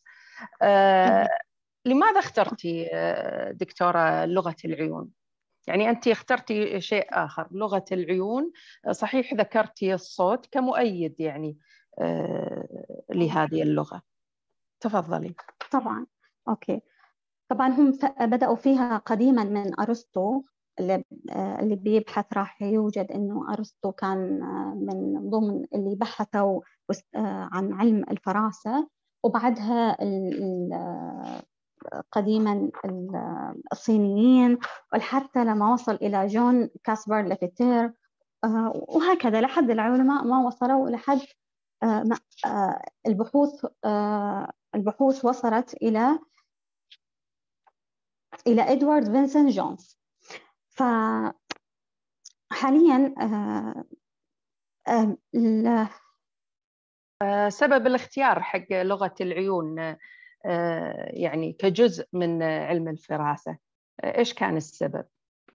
Speaker 2: لماذا اخترتي دكتورة لغة العيون؟ يعني أنت اخترتي شيء آخر، لغة العيون، صحيح ذكرتي الصوت كمؤيد يعني لهذه اللغة. تفضلي.
Speaker 3: طبعا. أوكي. طبعا هم بدأوا فيها قديما من أرسطو، اللي اللي بيبحث راح يوجد إنه أرسطو كان من ضمن اللي بحثوا عن علم الفراسة. وبعدها قديما الصينيين، وحتى لما وصل إلى جون كاسبر لافيتير، وهكذا لحد العلماء ما وصلوا لحد البحوث البحوث وصلت إلى إلى إدوارد فينسنت جونز. فحاليا
Speaker 2: سبب الاختيار حق لغة العيون يعني كجزء من علم الفراسة، إيش كان السبب؟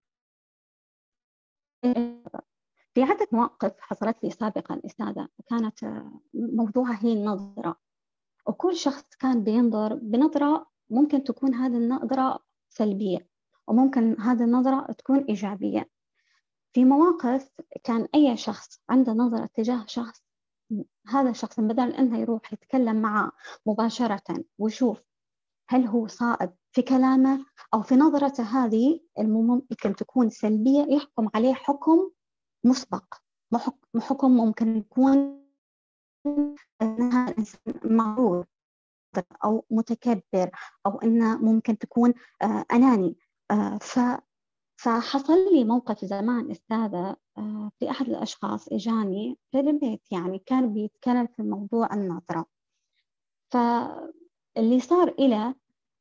Speaker 3: في عدة مواقف حصلت لي سابقا أستاذة، كانت موضوعها هي النظرة، وكل شخص كان بينظر بنظرة ممكن تكون هذه النظرة سلبية، وممكن هذه النظرة تكون إيجابية. في مواقف كان أي شخص عنده نظرة تجاه شخص، هذا الشخص بدل أنه يروح يتكلم معه مباشرة ويشوف هل هو صائب في كلامه أو في نظرته هذه ممكن تكون سلبية، يحكم عليه حكم مسبق، حكم ممكن يكون أنها إنسان مغرور أو متكبر، أو أنه ممكن تكون أناني. ف فحصل لي موقف زمان أستاذة، في أحد الأشخاص إجاني في البيت، يعني كان بيتكلم في موضوع النظرة. فاللي صار إلى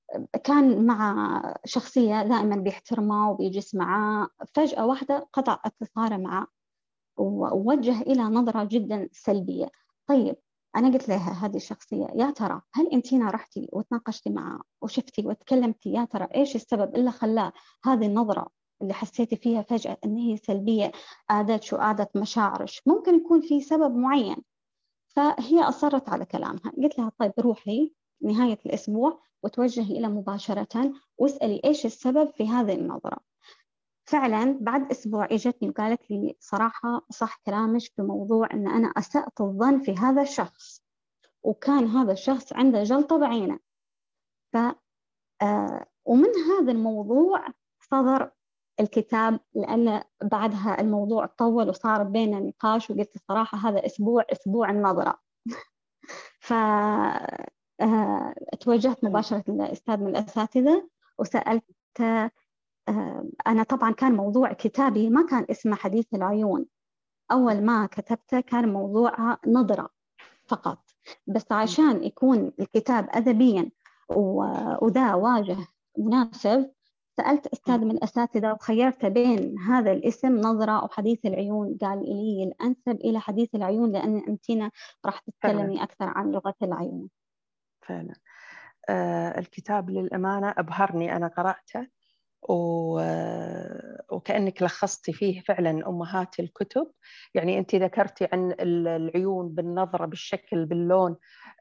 Speaker 3: كان مع شخصية دائما بيحترمها وبيجلس معاه، فجأة واحدة قطع اتصاله معاه ووجه إلى نظرة جدا سلبية. طيب أنا قلت لها هذه الشخصية يا ترى هل أنتينا رحتي وتناقشتي معه وشفتي وتكلمتي، يا ترى إيش السبب اللي خلاه هذه النظرة اللي حسيتي فيها فجأة إن هي سلبية آدت شو آدت مشاعرش، ممكن يكون في سبب معين. فهي أصرت على كلامها، قلت لها طيب روحي نهاية الأسبوع وتوجهي إلى مباشرة واسألي إيش السبب في هذه النظرة. فعلا بعد أسبوع إجتني وقالت لي صراحة صح كلامك في موضوع أن أنا أسأت الظن في هذا الشخص، وكان هذا الشخص عنده جلطة بعينه. ف آه ومن هذا الموضوع صدر الكتاب، لأن بعدها الموضوع طول وصار بيننا نقاش، وقلت صراحة هذا أسبوع أسبوع النظرة. ف آه توجهت مباشرة للأستاذ من الأساتذة وسألت. أنا طبعا كان موضوع كتابي ما كان اسمه حديث العيون، أول ما كتبته كان موضوعها نظرة فقط، بس عشان يكون الكتاب أدبيا وذا واجه مناسب سألت أستاذ من الأساتذة وخيرت بين هذا الاسم نظرة أو حديث العيون، قال لي الأنسب إلى حديث العيون لأن أنتينا راح تتكلمي أكثر عن لغة العيون.
Speaker 2: فعلا آه الكتاب للأمانة أبهرني، أنا قرأته وكأنك لخصتي فيه فعلا أمهات الكتب. يعني أنت ذكرتي عن العيون بالنظرة بالشكل باللون،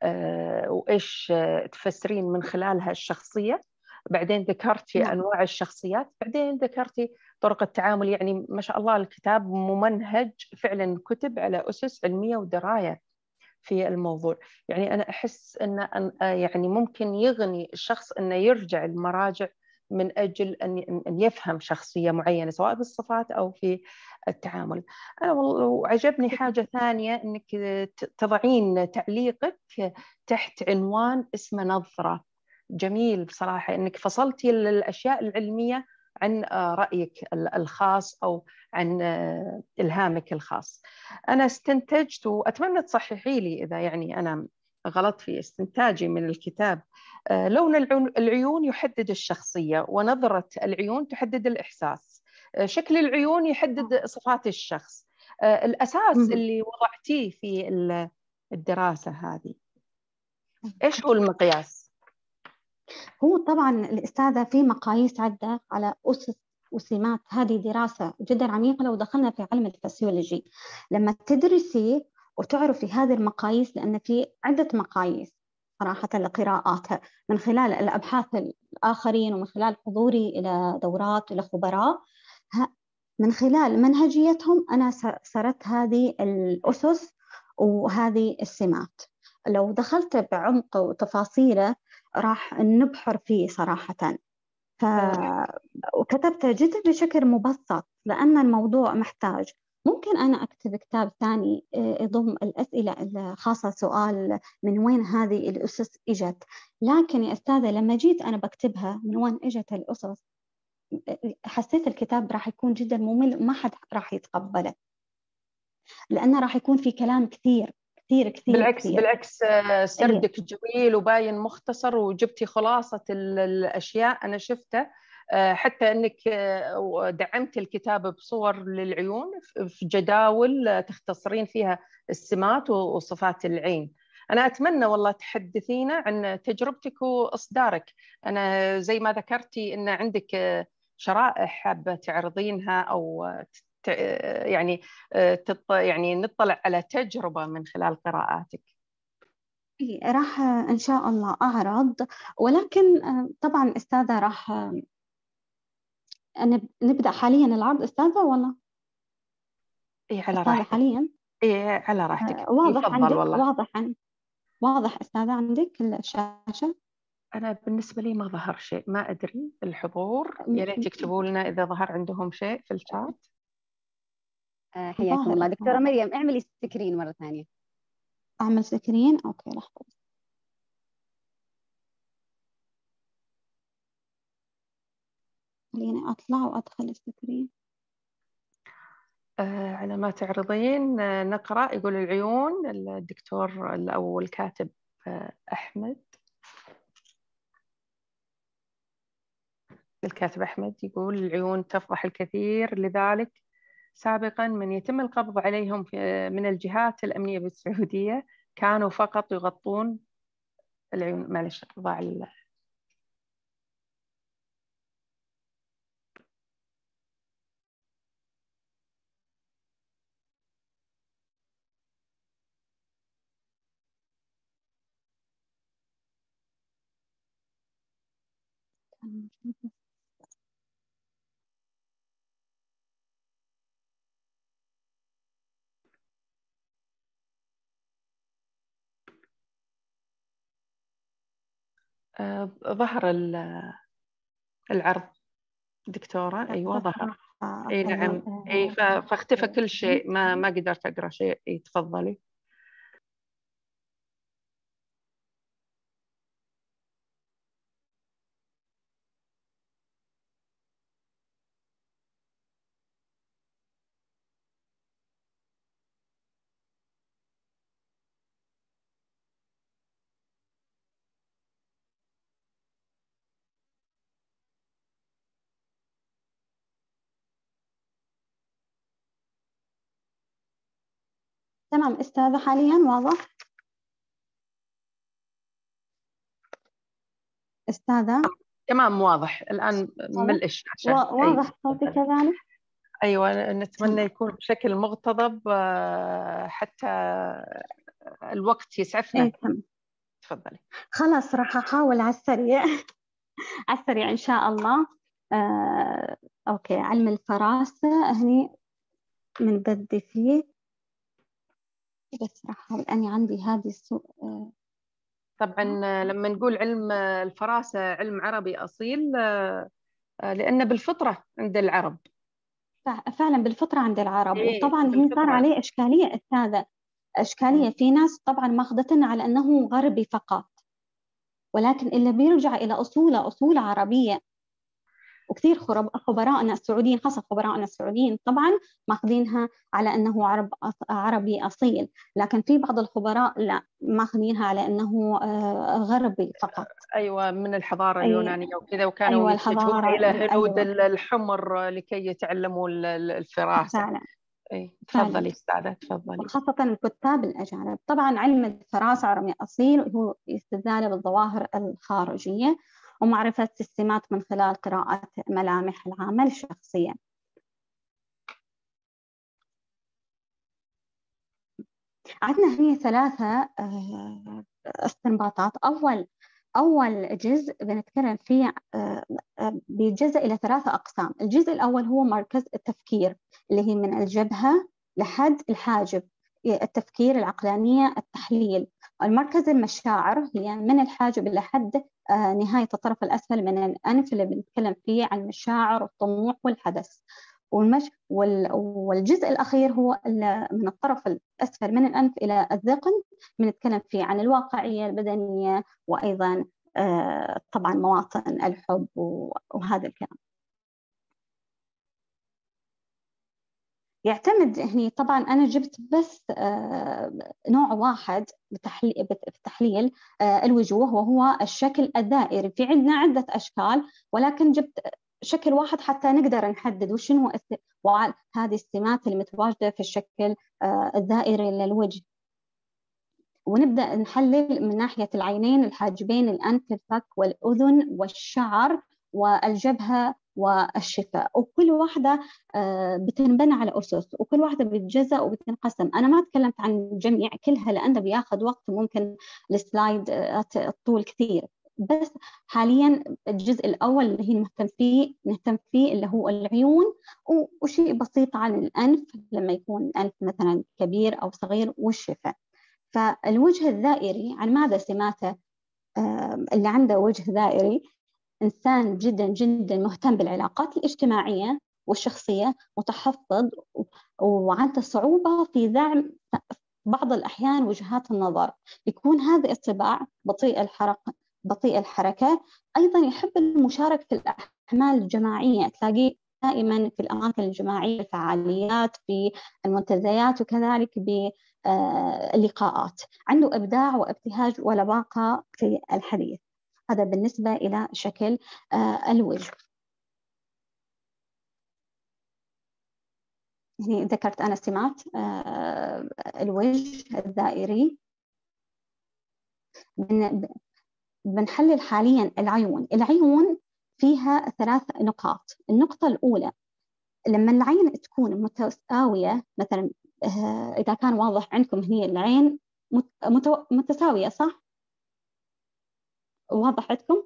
Speaker 2: وإيش تفسرين من خلالها الشخصية، بعدين ذكرتي
Speaker 3: نعم.
Speaker 2: أنواع الشخصيات، بعدين ذكرتي طرق التعامل. يعني ما شاء الله الكتاب ممنهج فعلا، كتب على أسس علمية ودراية في الموضوع. يعني أنا أحس أن يعني ممكن يغني الشخص أنه يرجع المراجع من أجل أن يفهم شخصية معينة سواء بالصفات أو في التعامل. أنا وعجبني حاجة ثانية أنك تضعين تعليقك تحت عنوان اسمه نظرة. جميل بصراحة أنك فصلتي الأشياء العلمية عن رأيك الخاص أو عن إلهامك الخاص. أنا استنتجت، وأتمنى تصححي لي إذا يعني أنا غلط في استنتاجي من الكتاب، لون العيون يحدد الشخصية، ونظرة العيون تحدد الإحساس، شكل العيون يحدد صفات الشخص. الأساس اللي وضعتيه في الدراسة هذه إيش هو المقياس؟
Speaker 3: هو طبعا الأستاذة في مقاييس عدة على أسس وسمات. هذه دراسة جدا عميقة لو دخلنا في علم الفسيولوجي لما تدرسي وتعرفي هذه المقاييس، لأن في عدة مقاييس صراحة لقراءاتها من خلال الأبحاث الآخرين ومن خلال حضوري إلى دورات إلى خبراء، من خلال منهجيتهم أنا سردت هذه الأسس وهذه السمات. لو دخلت بعمق وتفاصيله راح نبحر فيه صراحة. ف... وكتبته جدا بشكل مبسط لأن الموضوع محتاج. ممكن أنا أكتب كتاب ثاني يضم الأسئلة الخاصة، سؤال من وين هذه الأسس إجت، لكن يا أستاذة لما جيت أنا بكتبها من وين إجت الأسس حسيت الكتاب راح يكون جدا ممل، ما حد راح يتقبله لأنه راح يكون في كلام كثير كثير كثير
Speaker 2: بالعكس
Speaker 3: كثير.
Speaker 2: بالعكس سردك جميل وباين مختصر، وجبتي خلاصة الأشياء أنا شفته. حتى أنك دعمت الكتاب بصور للعيون في جداول تختصرين فيها السمات وصفات العين. أنا أتمنى والله تحدثينا عن تجربتك وإصدارك. أنا زي ما ذكرتي أن عندك شرائح حابة تعرضينها أو يعني يعني نطلع على تجربة من خلال قراءاتك.
Speaker 3: راح إن شاء الله أعرض، ولكن طبعا أستاذة راح نبدأ حاليا العرض أستاذة ولا؟
Speaker 2: إيه على راحتك.
Speaker 3: حاليا
Speaker 2: إيه على راحتك.
Speaker 3: آه واضح
Speaker 2: يفضل
Speaker 3: عندك
Speaker 2: والله.
Speaker 3: واضح عن واضح أستاذة عندك الشاشة؟
Speaker 2: أنا بالنسبة لي ما ظهر شيء، ما أدري الحضور يا ريت تكتبوا لنا إذا ظهر عندهم شيء في الشات.
Speaker 5: آه حياكم الله دكتورة مريم، اعملي سكرين مرة ثانية.
Speaker 3: أعمل سكرين أوكي لحظة. خليني أطلع وأدخل السكرين.
Speaker 2: آه على ما تعرضين آه نقرأ. يقول العيون الدكتور أو الكاتب آه أحمد. الكاتب أحمد يقول: العيون تفضح الكثير، لذلك سابقا من يتم القبض عليهم من الجهات الأمنية بالسعودية كانوا فقط يغطون العيون. معلش ضاع ال... آه، ظهر العرض دكتورة. أيوة ظهر. أي نعم. أي فاختفى كل شيء، ما ما قدرت أقرأ شيء. أي تفضلي.
Speaker 3: تمام أستاذة، حاليا واضح؟ أستاذة
Speaker 2: تمام واضح الآن. ملء الشاشة.
Speaker 3: واضح صوتي كذلك؟
Speaker 2: أيوة، نتمنى يكون بشكل مغتضب حتى الوقت يسعفنا.
Speaker 3: إيه تمام.
Speaker 2: تفضلي.
Speaker 3: خلاص راح أحاول على السريع على السريع إن شاء الله. آه، أوكي، علم الفراسة هني من بدي فيه، بس راح أحاول أني عندي هذه السوء. آه.
Speaker 2: طبعا لما نقول علم الفراسة علم عربي أصيل، لأنه بالفطرة عند العرب.
Speaker 3: فعلا بالفطرة عند العرب.
Speaker 2: إيه
Speaker 3: وطبعا هي صار عليه إشكالية أستاذة، إشكالية. في ناس طبعا ماخذتنا على أنه غربي فقط، ولكن اللي بيرجع إلى أصوله أصول عربية. وكثير خبراءنا السعوديين، خاصة خبراءنا السعوديين طبعا ماخذينها على أنه عرب عربي أصيل، لكن في بعض الخبراء لا، ماخذينها على أنه غربي فقط.
Speaker 2: أيوة، من الحضارة اليونانية وكذا، وكانوا
Speaker 3: أيوة
Speaker 2: يتجهون إلى هنود
Speaker 3: أيوة.
Speaker 2: الحمر لكي يتعلموا الفراسة.
Speaker 3: فعلا.
Speaker 2: أي تفضلي أستاذة، تفضلي.
Speaker 3: وخاصة الكتاب الأجانب. طبعا علم الفراسة عربي أصيل هو استدلال بالظواهر الخارجية ومعرفة السمات من خلال قراءة ملامح العامة الشخصية. عندنا هنا ثلاثة استنباطات. أول أول جزء بنتكلم فيه بيتجزأ إلى ثلاثة أقسام. الجزء الأول هو مركز التفكير، اللي هي من الجبهة لحد الحاجب، التفكير، العقلانية، التحليل. المركز المشاعر هي من الحاجب لحد نهاية الطرف الأسفل من الأنف، اللي بنتكلم فيه عن المشاعر والطموح والحدث. والمش والجزء الأخير هو من الطرف الأسفل من الأنف إلى الذقن، بنتكلم فيه عن الواقعية البدنية، وأيضا طبعا مواطن الحب وهذا الكلام. يعتمد هني طبعا أنا جبت بس نوع واحد بتحليل الوجوه، وهو الشكل الدائري. في عندنا عدة أشكال، ولكن جبت شكل واحد حتى نقدر نحدد وشنو هذه السمات المتواجدة في الشكل الدائري للوجه. ونبدأ نحلل من ناحية العينين، الحاجبين، الأنف، الفك والأذن والشعر والجبهة والشفة. وكل واحدة بتنبنى على أسس، وكل واحدة بتجزأ وبتنقسم. أنا ما تكلمت عن الجميع كلها لأنه بياخذ وقت، ممكن السلايد الطول كثير. بس حاليا الجزء الأول اللي هي نهتم فيه نهتم فيه اللي هو العيون، وشيء بسيط عن الأنف لما يكون الأنف مثلا كبير أو صغير، والشفة. فالوجه الدائري عن ماذا سماته؟ اللي عنده وجه دائري إنسان جدا جدا مهتم بالعلاقات الاجتماعية والشخصية، متحفظ، وعنده صعوبة في دعم بعض الأحيان وجهات النظر. يكون هذا الطباع بطيء الحركة بطيء الحركة أيضا يحب المشاركة في الأعمال الجماعية، تلاقيه دائما في الأماكن الجماعية، الفعاليات، في المنتديات، وكذلك باللقاءات. عنده إبداع وابتهاج ولباقة في الحديث. هذا بالنسبة إلى شكل الوجه. هني ذكرت أنا سمات الوجه الدائري. بنحلل حاليا العيون. العيون فيها ثلاث نقاط. النقطة الأولى لما العين تكون متساوية، مثلا إذا كان واضح عندكم هي العين متساوية، صح؟ واضح عندكم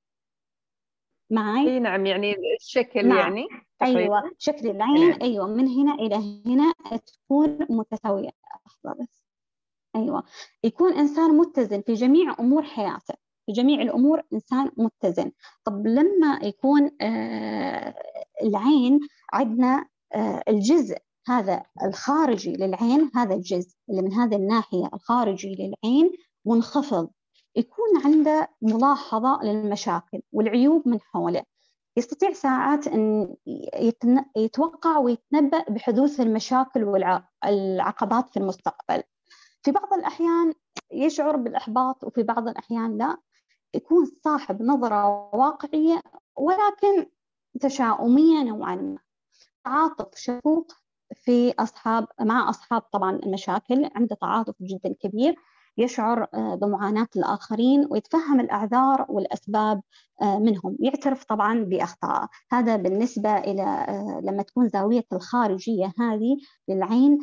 Speaker 3: معي؟
Speaker 2: اي نعم، يعني الشكل
Speaker 3: نعم.
Speaker 2: يعني تقريبا.
Speaker 3: أيوة، شكل العين نعم. أيوة، من هنا إلى هنا تكون متساوية. لحظة بس. أيوة، يكون إنسان متزن في جميع أمور حياته، في جميع الأمور إنسان متزن. طب لما يكون آه العين عندنا آه الجزء هذا الخارجي للعين، هذا الجزء اللي من هذه الناحية الخارجي للعين منخفض، يكون عنده ملاحظة للمشاكل والعيوب من حوله. يستطيع ساعات أن يتوقع ويتنبأ بحدوث المشاكل والعقبات في المستقبل. في بعض الأحيان يشعر بالإحباط، وفي بعض الأحيان لا، يكون صاحب نظرة واقعية ولكن تشاؤمية نوعا ما. تعاطف شكوك في أصحاب مع أصحاب طبعا المشاكل، عنده تعاطف جدا كبير، يشعر بمعاناة الآخرين ويتفهم الأعذار والأسباب منهم، يعترف طبعا بأخطائه. هذا بالنسبة إلى لما تكون زاوية الخارجية هذه للعين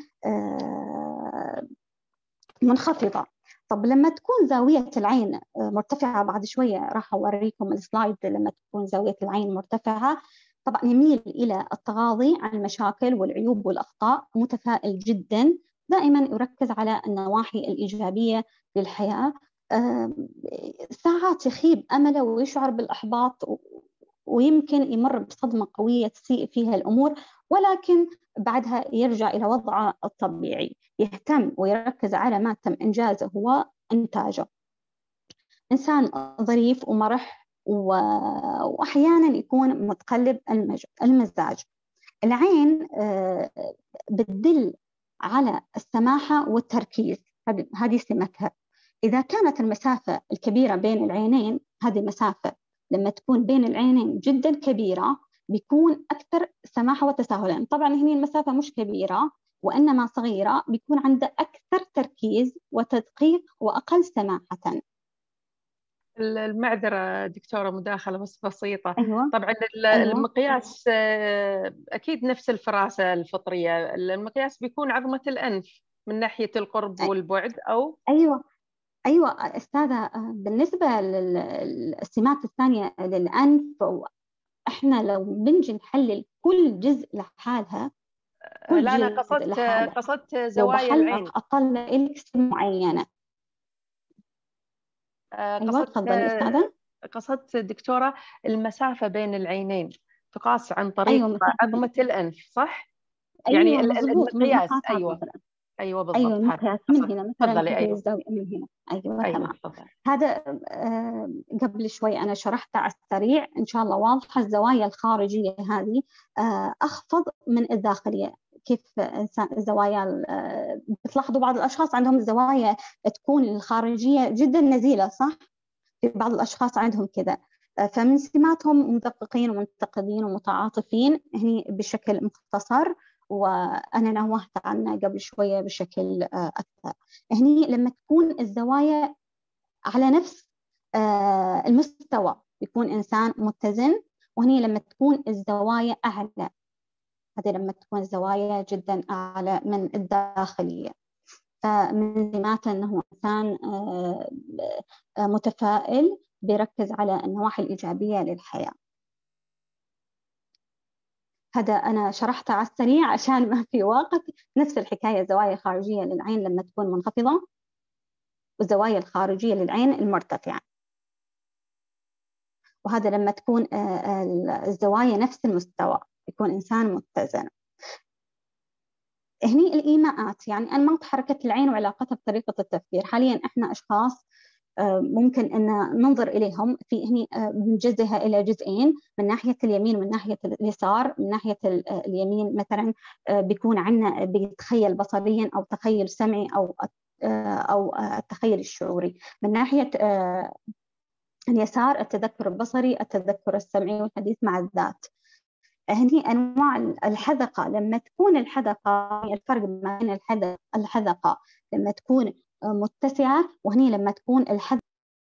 Speaker 3: منخفضة. طب لما تكون زاوية العين مرتفعة، بعد شوية راح أوريكم السلايد، لما تكون زاوية العين مرتفعة طبعا يميل إلى التغاضي عن المشاكل والعيوب والأخطاء، متفائل جدا، دائما يركز على النواحي الإيجابية للحياة. ساعات يخيب أمله ويشعر بالإحباط، ويمكن يمر بصدمة قوية تسيء فيها الأمور، ولكن بعدها يرجع إلى وضعه الطبيعي، يهتم ويركز على ما تم إنجازه وإنتاجه. إنسان ظريف ومرح، وأحيانا يكون متقلب المزاج. العين بتدل على السماحة والتركيز، هذه سمتها. إذا كانت المسافة الكبيرة بين العينين، هذه مسافة لما تكون بين العينين جدا كبيرة بيكون أكثر سماحة وتساهلا. طبعا هنا المسافة مش كبيرة وإنما صغيرة، بيكون عنده أكثر تركيز وتدقيق وأقل سماحة.
Speaker 2: المعذرة دكتورة، مداخلة بس بسيطة.
Speaker 3: أيوة.
Speaker 2: طبعا
Speaker 3: أيوة.
Speaker 2: المقياس أكيد نفس الفراسة الفطرية، المقياس بيكون عظمة الأنف من ناحية القرب والبعد أو
Speaker 3: أيوة. أيوة أستاذة، بالنسبة للسمات الثانية للأنف، إحنا لو بنجي نحلل كل جزء لحالها، كل
Speaker 2: لا أنا
Speaker 3: جزء
Speaker 2: قصدت
Speaker 3: لحالها،
Speaker 2: قصدت زوايا العين،
Speaker 3: أطلع لك معينة. أيوة تفضلي أستاذة.
Speaker 2: قصدت دكتورة المسافة بين العينين تقاس عن طريق
Speaker 3: أيوة
Speaker 2: عظمة الأنف، صح؟
Speaker 3: أيوة
Speaker 2: يعني
Speaker 3: مظبوط،
Speaker 2: المقياس.
Speaker 3: أيوة
Speaker 2: أيوة بالضبط.
Speaker 3: أيوة المقياس من هنا مثلا،
Speaker 2: تفضلي.
Speaker 3: هذه
Speaker 2: أيوة.
Speaker 3: الزاوية من هنا. أيوة,
Speaker 2: أيوة
Speaker 3: تمام.
Speaker 2: تفضل.
Speaker 3: هذا آه قبل شوي أنا شرحت على السريع، إن شاء الله واضحة. الزوايا الخارجية هذه آه أخفض من الداخلية. كيف إنسان الزوايا آه بتلاحظوا بعض الأشخاص عندهم الزوايا تكون الخارجية جدا نزيلة، صح؟ في بعض الأشخاص عندهم كذا. فمن سماتهم مدققين ومنتقدين ومتعاطفين هني بشكل مختصر، وأنا نوهت عنه قبل شوية بشكل أكثر. هني لما تكون الزوايا على نفس المستوى يكون إنسان متزن، وهني لما تكون الزوايا أعلى، هذه لما تكون الزوايا جدا أعلى من الداخلية. فمن سماته أنه إنسان متفائل، بيركز على النواحي الإيجابية للحياة. هذا أنا شرحته على السريع عشان ما في وقت. نفس الحكاية، زوايا خارجية للعين لما تكون منخفضة، والزوايا الخارجية للعين المرتفعة. وهذا لما تكون الزوايا نفس المستوى يكون إنسان متزن. هني الإيماءات، يعني أنماط حركة العين وعلاقتها بطريقة التفكير. حاليا إحنا أشخاص ممكن أن ننظر إليهم في هني بنجزها إلى جزئين، من ناحية اليمين ومن ناحية اليسار. من ناحية اليمين مثلا بيكون عندنا بيتخيل بصريا أو تخيل سمعي أو أو التخيل الشعوري. من ناحية اليسار التذكر البصري، التذكر السمعي، والحديث مع الذات. هني أنواع الحذقة. لما تكون الحذقة، الفرق ما بين الحذقة الحذقة لما تكون متسعة، وهني لما تكون الحذقة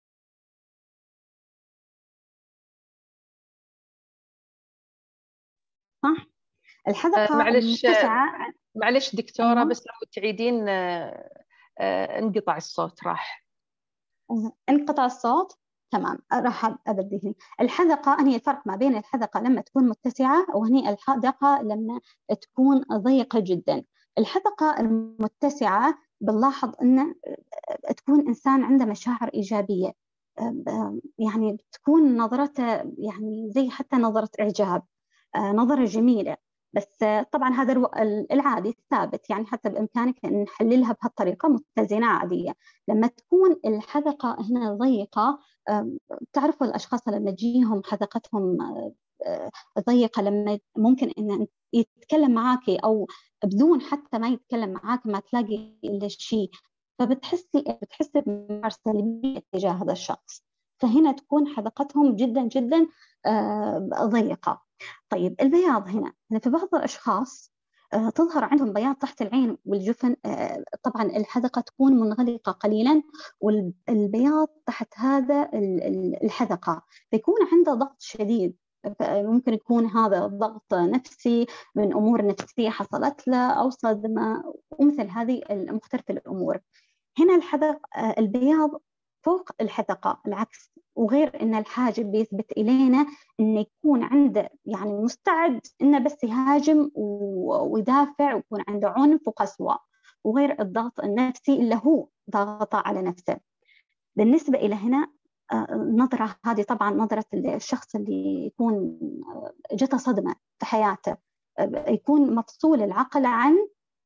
Speaker 3: صح. الحذقة
Speaker 2: معلش
Speaker 3: المتسعة،
Speaker 2: معلش دكتورة،
Speaker 3: أيوة.
Speaker 2: بس لو تعيدين آه، آه، انقطع الصوت راح.
Speaker 3: انقطع الصوت، تمام، راح أبديه. الحذقة هي الفرق ما بين الحذقة لما تكون متسعة، وهني الحذقة لما تكون ضيقة جدا. الحذقة المتسعة بنلاحظ أن تكون إنسان عنده مشاعر إيجابية، يعني تكون نظرته يعني زي حتى نظرة إعجاب، نظرة جميلة. بس طبعا هذا العادي الثابت، يعني حتى بإمكانك أن نحللها بهالطريقة متزنة عادية. لما تكون الحذقة هنا ضيقة، تعرفوا الأشخاص لما تجيهم حذقتهم ضيقة، لما ممكن أن يتكلم معاك أو بدون حتى ما يتكلم معاك ما تلاقي إلا شيء، فبتحسي بتحسي بمشاعر سلبية تجاه هذا الشخص. فهنا تكون حذقتهم جدا جدا ضيقة. طيب البياض هنا هنا في بعض الأشخاص تظهر عندهم بياض تحت العين والجفن. طبعا الحذقة تكون منغلقة قليلا، والبياض تحت هذا الحذقة، فيكون عنده ضغط شديد. ممكن يكون هذا ضغط نفسي من أمور نفسية حصلت له أو صدمة ومثل هذه مختلف الأمور. هنا الحذق البياض فوق الحذقة العكس، وغير أن الحاجب بيثبت إلينا أنه يكون عنده يعني مستعد أنه بس يهاجم ويدافع ويكون عنده عنف وقسوة، وغير الضغط النفسي اللي هو ضغط على نفسه. بالنسبة إلى هنا النظرة هذه طبعا نظرة الشخص اللي يكون جته صدمة في حياته، يكون مفصول العقل عن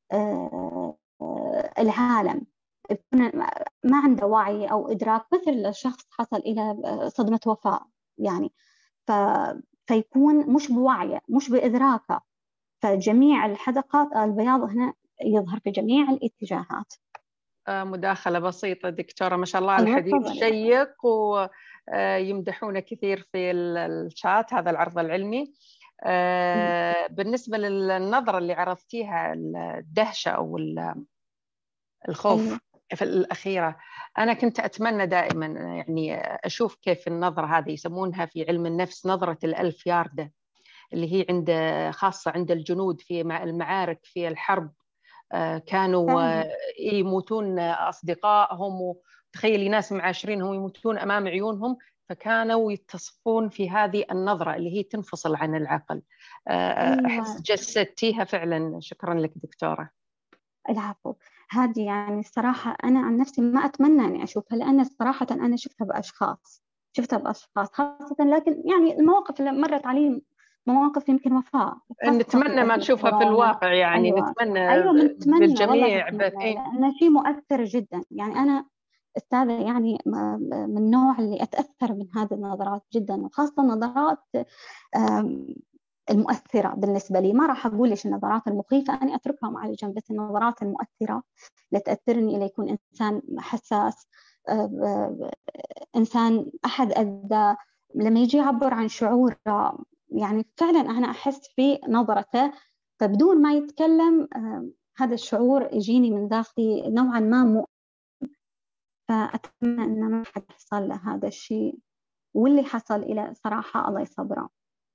Speaker 3: العالم، ما عنده وعي أو إدراك، مثل شخص حصل إلى صدمة وفاة يعني، ف... فيكون مش بوعيه مش بإدراكه. فجميع الحدقات البياض هنا يظهر في جميع الاتجاهات.
Speaker 2: مداخلة بسيطة دكتورة، ما شاء الله
Speaker 3: أيوة
Speaker 2: الحديث شيق ويمدحونا كثير في الشات، هذا العرض العلمي. بالنسبة للنظرة اللي عرضتيها، الدهشة أو الخوف
Speaker 3: أيوة.
Speaker 2: في الأخيرة، أنا كنت أتمنى دائما يعني أشوف كيف النظرة هذه يسمونها في علم النفس نظرة الألف ياردة، اللي هي عند خاصة عند الجنود في المعارك في الحرب، كانوا يموتون أصدقائهم، وتخيلي ناس معاشرينهم يموتون أمام عيونهم، فكانوا يتصفون في هذه النظرة اللي هي تنفصل عن العقل. أحس جسدتيها فعلا. شكرا لك دكتورة.
Speaker 3: العفو. هذه يعني الصراحة أنا عن نفسي ما أتمنى أني أشوفها، لأن صراحة أنا شفتها بأشخاص شفتها بأشخاص خاصة، لكن يعني المواقف اللي مرت علي مواقف يمكن وفاة.
Speaker 2: نتمنى ما نشوفها في الواقع يعني.
Speaker 3: أيوة.
Speaker 2: نتمنى
Speaker 3: أيوة نتمنى
Speaker 2: بالجميع،
Speaker 3: لأن شيء مؤثر جدا. يعني أنا أستاذة يعني من النوع اللي أتأثر من هذه النظرات جدا، وخاصة النظرات المؤثرة بالنسبة لي. ما راح أقول ليش النظرات المخيفة أنا أتركها على جنب، بس النظرات المؤثرة اللي تأثرني إلى يكون إنسان حساس، إنسان أحد أذى، لما يجي يعبر عن شعوره يعني فعلا أنا أحس في نظرته، فبدون ما يتكلم هذا الشعور يجيني من داخلي نوعا ما مؤمن. فأتمنى أن ما حد يحصل له هذا الشيء، واللي حصل إلى صراحة الله يصبره.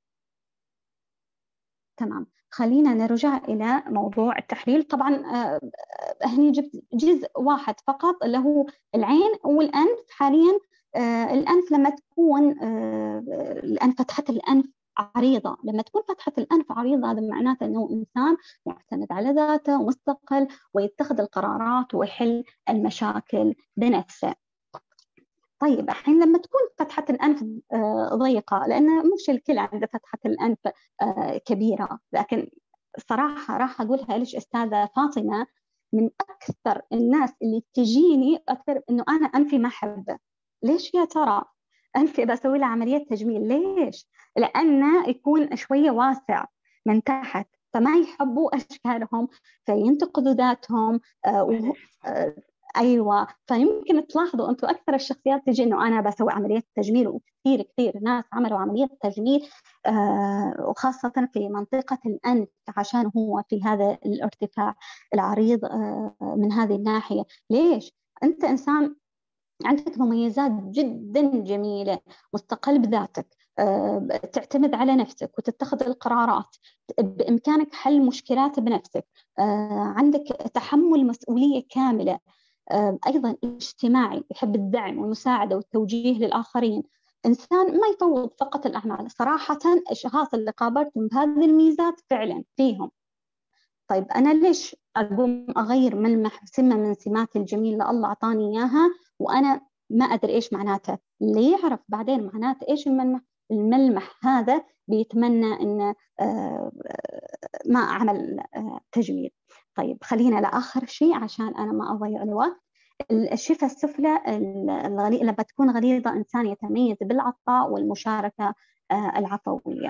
Speaker 3: تمام، خلينا نرجع إلى موضوع التحليل. طبعا هني جبت جزء واحد فقط اللي هو العين والأنف. حاليا الأنف لما تكون الأنف فتحة الأنف عريضة، لما تكون فتحة الأنف عريضة هذا معناته أنه إنسان معتمد على ذاته ومستقل ويتخذ القرارات ويحل المشاكل بنفسه. طيب الحين لما تكون فتحة الأنف ضيقة، لأن مش الكل عنده فتحة الأنف كبيرة، لكن صراحة راح أقولها ليش أستاذة فاطمة، من أكثر الناس اللي تجيني أكثر إنه أنا أنفي ما أحبه. ليش يا ترى؟ أنفي بسوي له عملية تجميل. ليش؟ لأنه يكون شوية واسع من تحت، فما يحبوا أشكالهم فينتقدوا ذاتهم. أيوة، فيمكن تلاحظوا أنتم أكثر الشخصيات تجي إنه أنا بسوي عملية تجميل، وكثير كثير ناس عملوا عملية تجميل آه وخاصة في منطقة الأنف عشان هو في هذا الارتفاع العريض آه من هذه الناحية. ليش؟ أنت إنسان عندك مميزات جدا جميلة، مستقل بذاتك، تعتمد على نفسك وتتخذ القرارات، بإمكانك حل مشكلات بنفسك، عندك تحمل مسؤولية كاملة، أيضا اجتماعي، يحب الدعم والمساعدة والتوجيه للآخرين، إنسان ما يفوض فقط الأعمال. صراحة الأشخاص اللي قابلتهم بهذه الميزات فعلا فيهم. طيب أنا ليش أقوم أغير ملمح سمة من سمات الجميل اللي الله أعطاني إياها وأنا ما أدري إيش معناته؟ اللي يعرف بعدين معناته إيش الملمح، الملمح هذا بيتمنى إن ما أعمل تجميل. طيب خلينا لآخر شيء عشان أنا ما أضيع الوقت. الشفة السفلى لما بتكون غليظة، إنسان يتميز بالعطاء والمشاركة العفوية.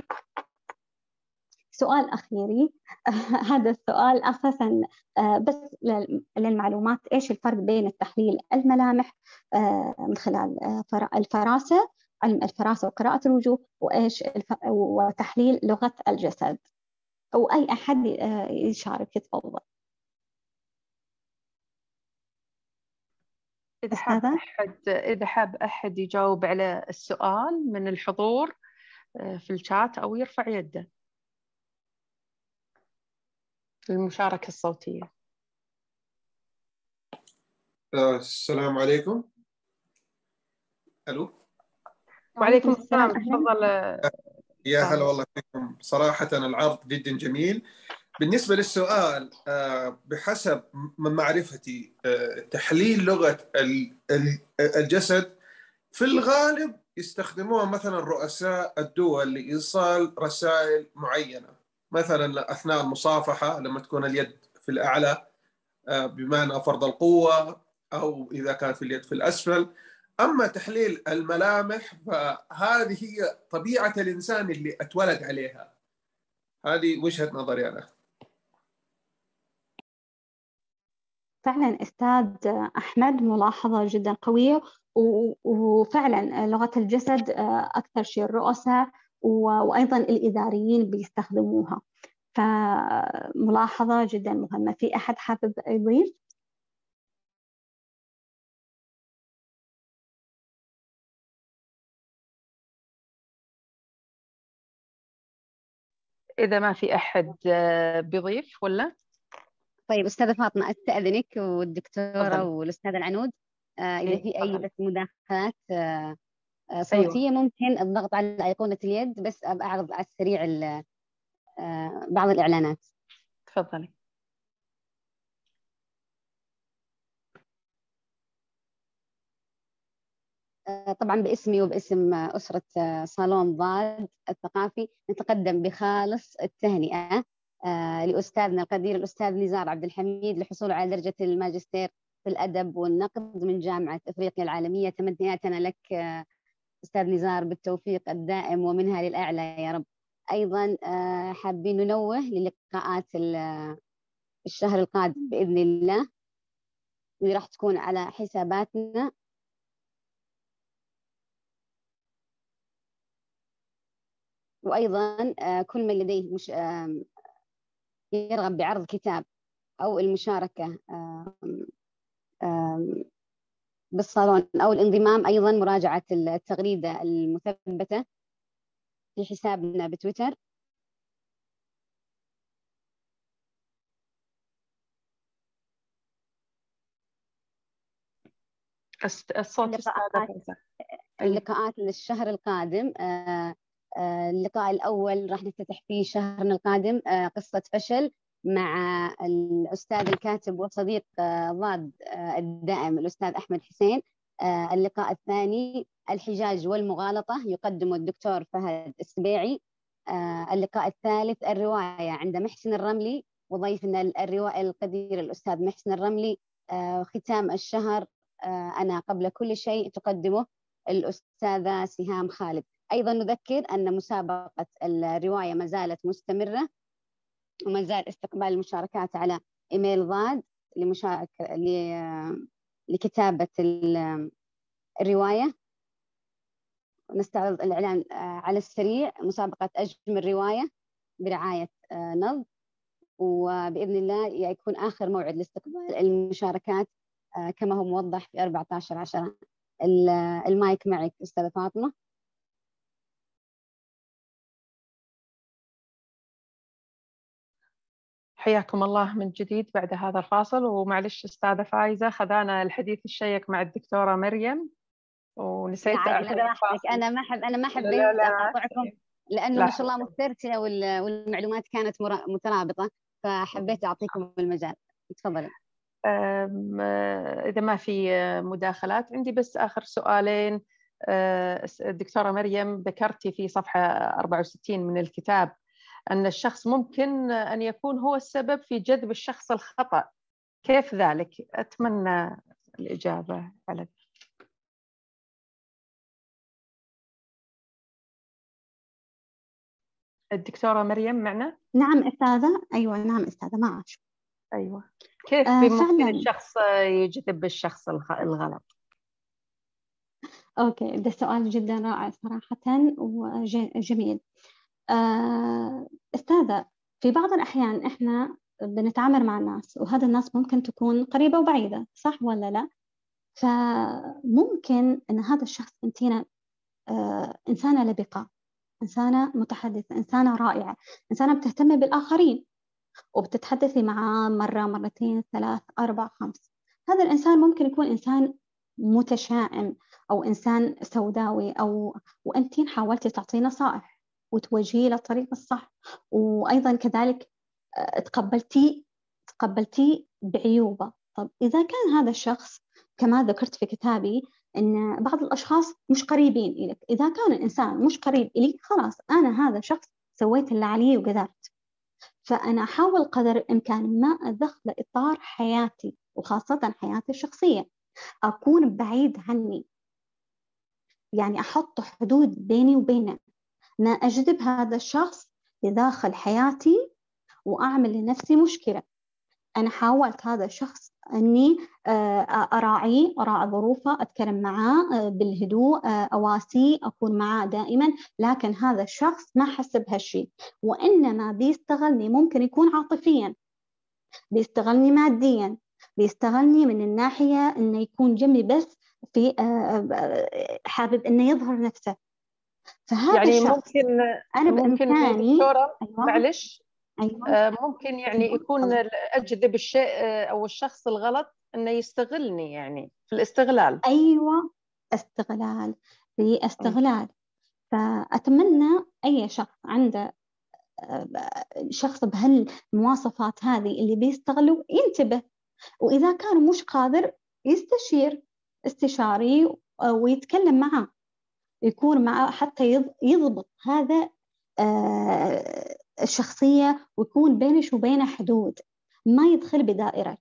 Speaker 3: سؤال أخيري هذا السؤال أساساً بس للمعلومات، إيش الفرق بين التحليل الملامح من خلال الفراسة، علم الفراسة وقراءة الوجوه، وإيش الف... وتحليل لغة الجسد؟ أو أي أحد يشارك يتفضل.
Speaker 2: إذا حاب أحد إذا حاب أحد يجاوب على السؤال من الحضور في الشات أو يرفع يده المشاركة الصوتية.
Speaker 6: السلام عليكم. ألو.
Speaker 2: وعليكم السلام. تفضل.
Speaker 6: يا هلا والله فيكم. صراحة العرض جدا جميل. بالنسبة للسؤال، بحسب من معرفتي تحليل لغة الجسد في الغالب يستخدموها مثلا رؤساء الدول لإيصال رسائل معينة، مثلا أثناء المصافحة لما تكون اليد في الأعلى بمعنى فرض القوة، أو إذا كانت في اليد في الأسفل. أما تحليل الملامح فهذه هي طبيعة الإنسان اللي اتولد عليها. هذه وجهة نظري أنا.
Speaker 3: فعلا أستاذ أحمد ملاحظة جدا قوية، وفعلا لغة الجسد أكثر شيء الرؤساء وأيضا الإداريين بيستخدموها، فملاحظة جدا مهمة. في أحد حابب يضيف؟
Speaker 2: إذا ما في أحد بيضيف ولا؟
Speaker 5: طيب أستاذة فاطمة أستأذنك والدكتورة والأستاذة العنود، آه إذا في أي بس مداخلات آه صوتية أيوة. ممكن الضغط على أيقونة اليد، بس أبقى أعرض على السريع آه بعض الإعلانات.
Speaker 2: تفضلي.
Speaker 5: طبعا باسمي وباسم أسرة صالون ضاد الثقافي نتقدم بخالص التهنئة لأستاذنا القدير الأستاذ نزار عبد الحميد لحصوله على درجة الماجستير في الأدب والنقد من جامعة أفريقيا العالمية. تمنياتنا لك أستاذ نزار بالتوفيق الدائم ومنها للأعلى يا رب. أيضا حابين ننوه للقاءات الشهر القادم بإذن الله اللي راح تكون على حساباتنا. وأيضا كل من لديه مش يرغب بعرض كتاب أو المشاركة بالصالون أو الانضمام، أيضا مراجعة التغريدة المثبتة في حسابنا بتويتر.
Speaker 2: الصوت
Speaker 5: اللقاءات, اللقاءات للشهر القادم. اللقاء الأول راح نفتتح فيه شهرنا القادم قصة فشل مع الأستاذ الكاتب وصديق ضاد الدائم الأستاذ أحمد حسين. اللقاء الثاني الحجاج والمغالطة يقدم الدكتور فهد السبيعي. اللقاء الثالث الرواية عند محسن الرملي وضيفنا الروائي القدير الأستاذ محسن الرملي. ختام الشهر أنا قبل كل شيء تقدمه الأستاذة سهام خالد. أيضا نذكر أن مسابقة الرواية ما زالت مستمرة وما زال استقبال المشاركات على إيميل ضاد لمشاركة لكتابة الرواية. نستعرض الإعلان على السريع مسابقة أجمل رواية برعاية نض، وبإذن الله يكون آخر موعد لاستقبال المشاركات كما هو موضح في أربعة عشر عشرة. المايك معك أستاذة فاطمة.
Speaker 2: حياكم الله من جديد بعد هذا الفاصل، ومعلش أستاذة فايزة خذانا الحديث الشيق مع الدكتورة مريم ونسيت
Speaker 5: عادي، لا براحتك. أنا ما أحب أنا ما حبيت أقاطعكم لأنه ما شاء الله مسترسلة والمعلومات كانت مترابطة، فحبيت أعطيكم المجال. تفضلي.
Speaker 2: إذا ما في مداخلات عندي بس آخر سؤالين. الدكتورة مريم ذكرتي في صفحة أربعة وستين من الكتاب أن الشخص ممكن أن يكون هو السبب في جذب الشخص الخطأ، كيف ذلك؟ أتمنى الإجابة على ذلك. الدكتورة مريم معنا؟
Speaker 3: نعم أستاذة. أيوة نعم أستاذة معك.
Speaker 2: أيوة. كيف
Speaker 3: آه
Speaker 2: ممكن
Speaker 3: فعلاً.
Speaker 2: الشخص يجذب الشخص الغلط؟
Speaker 3: أوكي، ده سؤال جدا رائع صراحة وجميل. آه أستاذة، في بعض الأحيان إحنا بنتعامل مع الناس، وهذا الناس ممكن تكون قريبة وبعيدة، صح ولا لا؟ فممكن أن هذا الشخص أنتينا آه إنسانة لبقة، إنسانة متحدثة، إنسانة رائعة، إنسانة بتهتم بالآخرين وبتتحدثي معاه مرة مرتين ثلاث أربع خمس. هذا الإنسان ممكن يكون إنسان متشائم أو إنسان سوداوي، أو وأنتين حاولتي تعطيه نصائح وتوجهيه للطريق الصح، وأيضا كذلك تقبلتي تقبلتي بعيوبه. طب إذا كان هذا الشخص كما ذكرت في كتابي إن بعض الأشخاص مش قريبين إليك، إذا كان الإنسان مش قريب إليك خلاص أنا هذا الشخص سويت اللي علي وقدرت. فأنا أحاول قدر الإمكان ما أدخل إطار حياتي وخاصة حياتي الشخصية، أكون بعيد عني، يعني أحط حدود بيني وبينه، ما أجذب هذا الشخص لداخل حياتي وأعمل لنفسي مشكلة. أنا حاولت هذا الشخص أني أراعيه، أراعي ظروفه، أتكلم معاه بالهدوء، أواسي، أكون معاه دائما، لكن هذا الشخص ما حس بهالشيء، وإنما بيستغلني. ممكن يكون عاطفيا، بيستغلني ماديا، بيستغلني من الناحية أنه يكون جنبي بس في حابب أنه يظهر نفسه. فهذا
Speaker 2: يعني
Speaker 3: الشخص
Speaker 2: ممكن
Speaker 3: أنا
Speaker 2: ممكن
Speaker 3: بإمكاني.
Speaker 2: دكتورة
Speaker 3: أيوة.
Speaker 2: معلش.
Speaker 3: أيوة.
Speaker 2: ممكن يعني يكون أجذب الشيء أو الشخص الغلط أنه يستغلني، يعني في الاستغلال.
Speaker 3: أيوة، استغلال، في استغلال. فأتمنى أي شخص عنده شخص بهالمواصفات هذه اللي بيستغلوا ينتبه، وإذا كان مش قادر يستشير استشاري ويتكلم معه، يكون معه حتى يضبط هذا الشخصية، ويكون بينش وبينه حدود، ما يدخل بدائرة.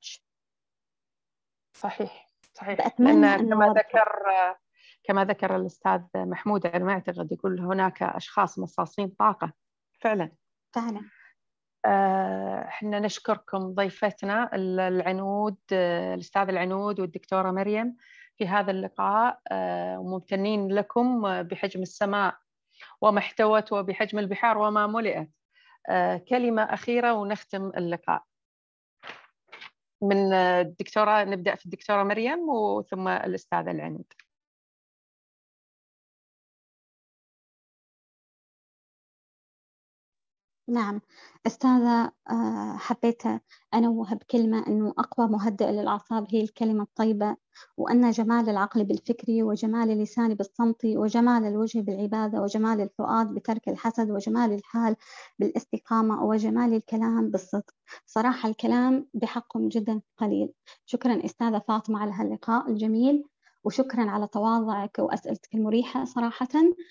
Speaker 2: صحيح صحيح.
Speaker 3: لأن
Speaker 2: كما ذكر كما ذكر الأستاذ محمود على ما أعتقد، يقول هناك أشخاص مصاصين طاقة فعلا.
Speaker 3: فعلا.
Speaker 2: احنا نشكركم ضيفتنا العنود، الأستاذ العنود والدكتورة مريم في هذا اللقاء، وممتنين لكم بحجم السماء وما احتوت وبحجم البحار وما ملئت. كلمة أخيرة ونختم اللقاء من الدكتورة. نبدأ في الدكتورة مريم وثم الأستاذ العنود.
Speaker 3: نعم أستاذة، حبيت أنوه بكلمة أنه أقوى مهدئ للأعصاب هي الكلمة الطيبة، وأن جمال العقل بالفكر، وجمال اللسان بالصمت، وجمال الوجه بالعبادة، وجمال الفؤاد بترك الحسد، وجمال الحال بالاستقامة، وجمال الكلام بالصدق. صراحة الكلام بحقهم جدا قليل. شكرا أستاذة فاطمة على هاللقاء الجميل، وشكرا على تواضعك وأسئلتك المريحة صراحة.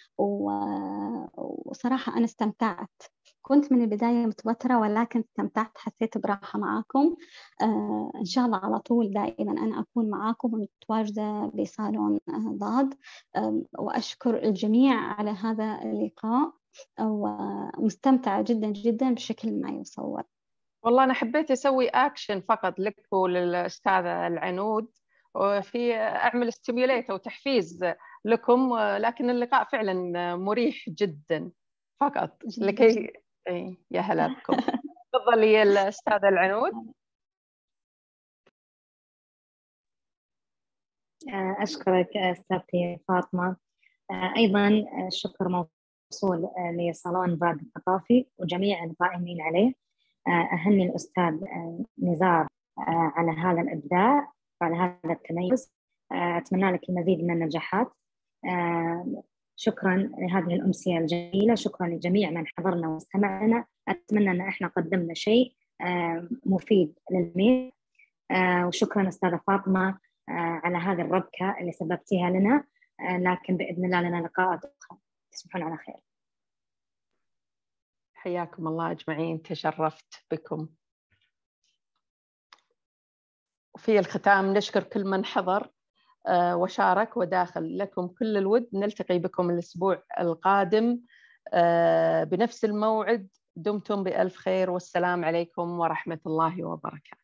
Speaker 3: وصراحة أنا استمتعت، كنت من البداية متوترة ولكن استمتعت، حسيت براحة معاكم. آه إن شاء الله على طول دائما أنا أكون معاكم ومتواجدة بصالون آه ضاد. آه وأشكر الجميع على هذا اللقاء، ومستمتعة جدا جدا بشكل ما يصور.
Speaker 2: والله أنا حبيت أسوي أكشن فقط لك وللأستاذة العنود وفي أعمل ستيميوليت أو تحفيز لكم، لكن اللقاء فعلا مريح جدا فقط لكي يا هلا بكم. تفضلي الأستاذة العنود.
Speaker 4: أشكرك أستاذتي فاطمة. أيضا الشكر موصول لصالون بعد الثقافي وجميع القائمين عليه. أهني الأستاذ نزار على هذا الإبداع وعلى هذا التميز. أتمنى لك المزيد من النجاحات. شكرا لهذه الأمسية الجميلة، شكرا لجميع من حضرنا واستمعنا. أتمنى أن إحنا قدمنا شيء مفيد للجميع. وشكرا أستاذة فاطمة على هذه الربكة اللي سببتيها لنا، لكن بإذن الله لنا لقاءات أخرى. تصبحون على خير.
Speaker 2: حياكم الله أجمعين، تشرفت بكم. وفي الختام نشكر كل من حضر وشارك وداخل. لكم كل الود، نلتقي بكم الأسبوع القادم بنفس الموعد. دمتم بألف خير، والسلام عليكم ورحمة الله وبركاته.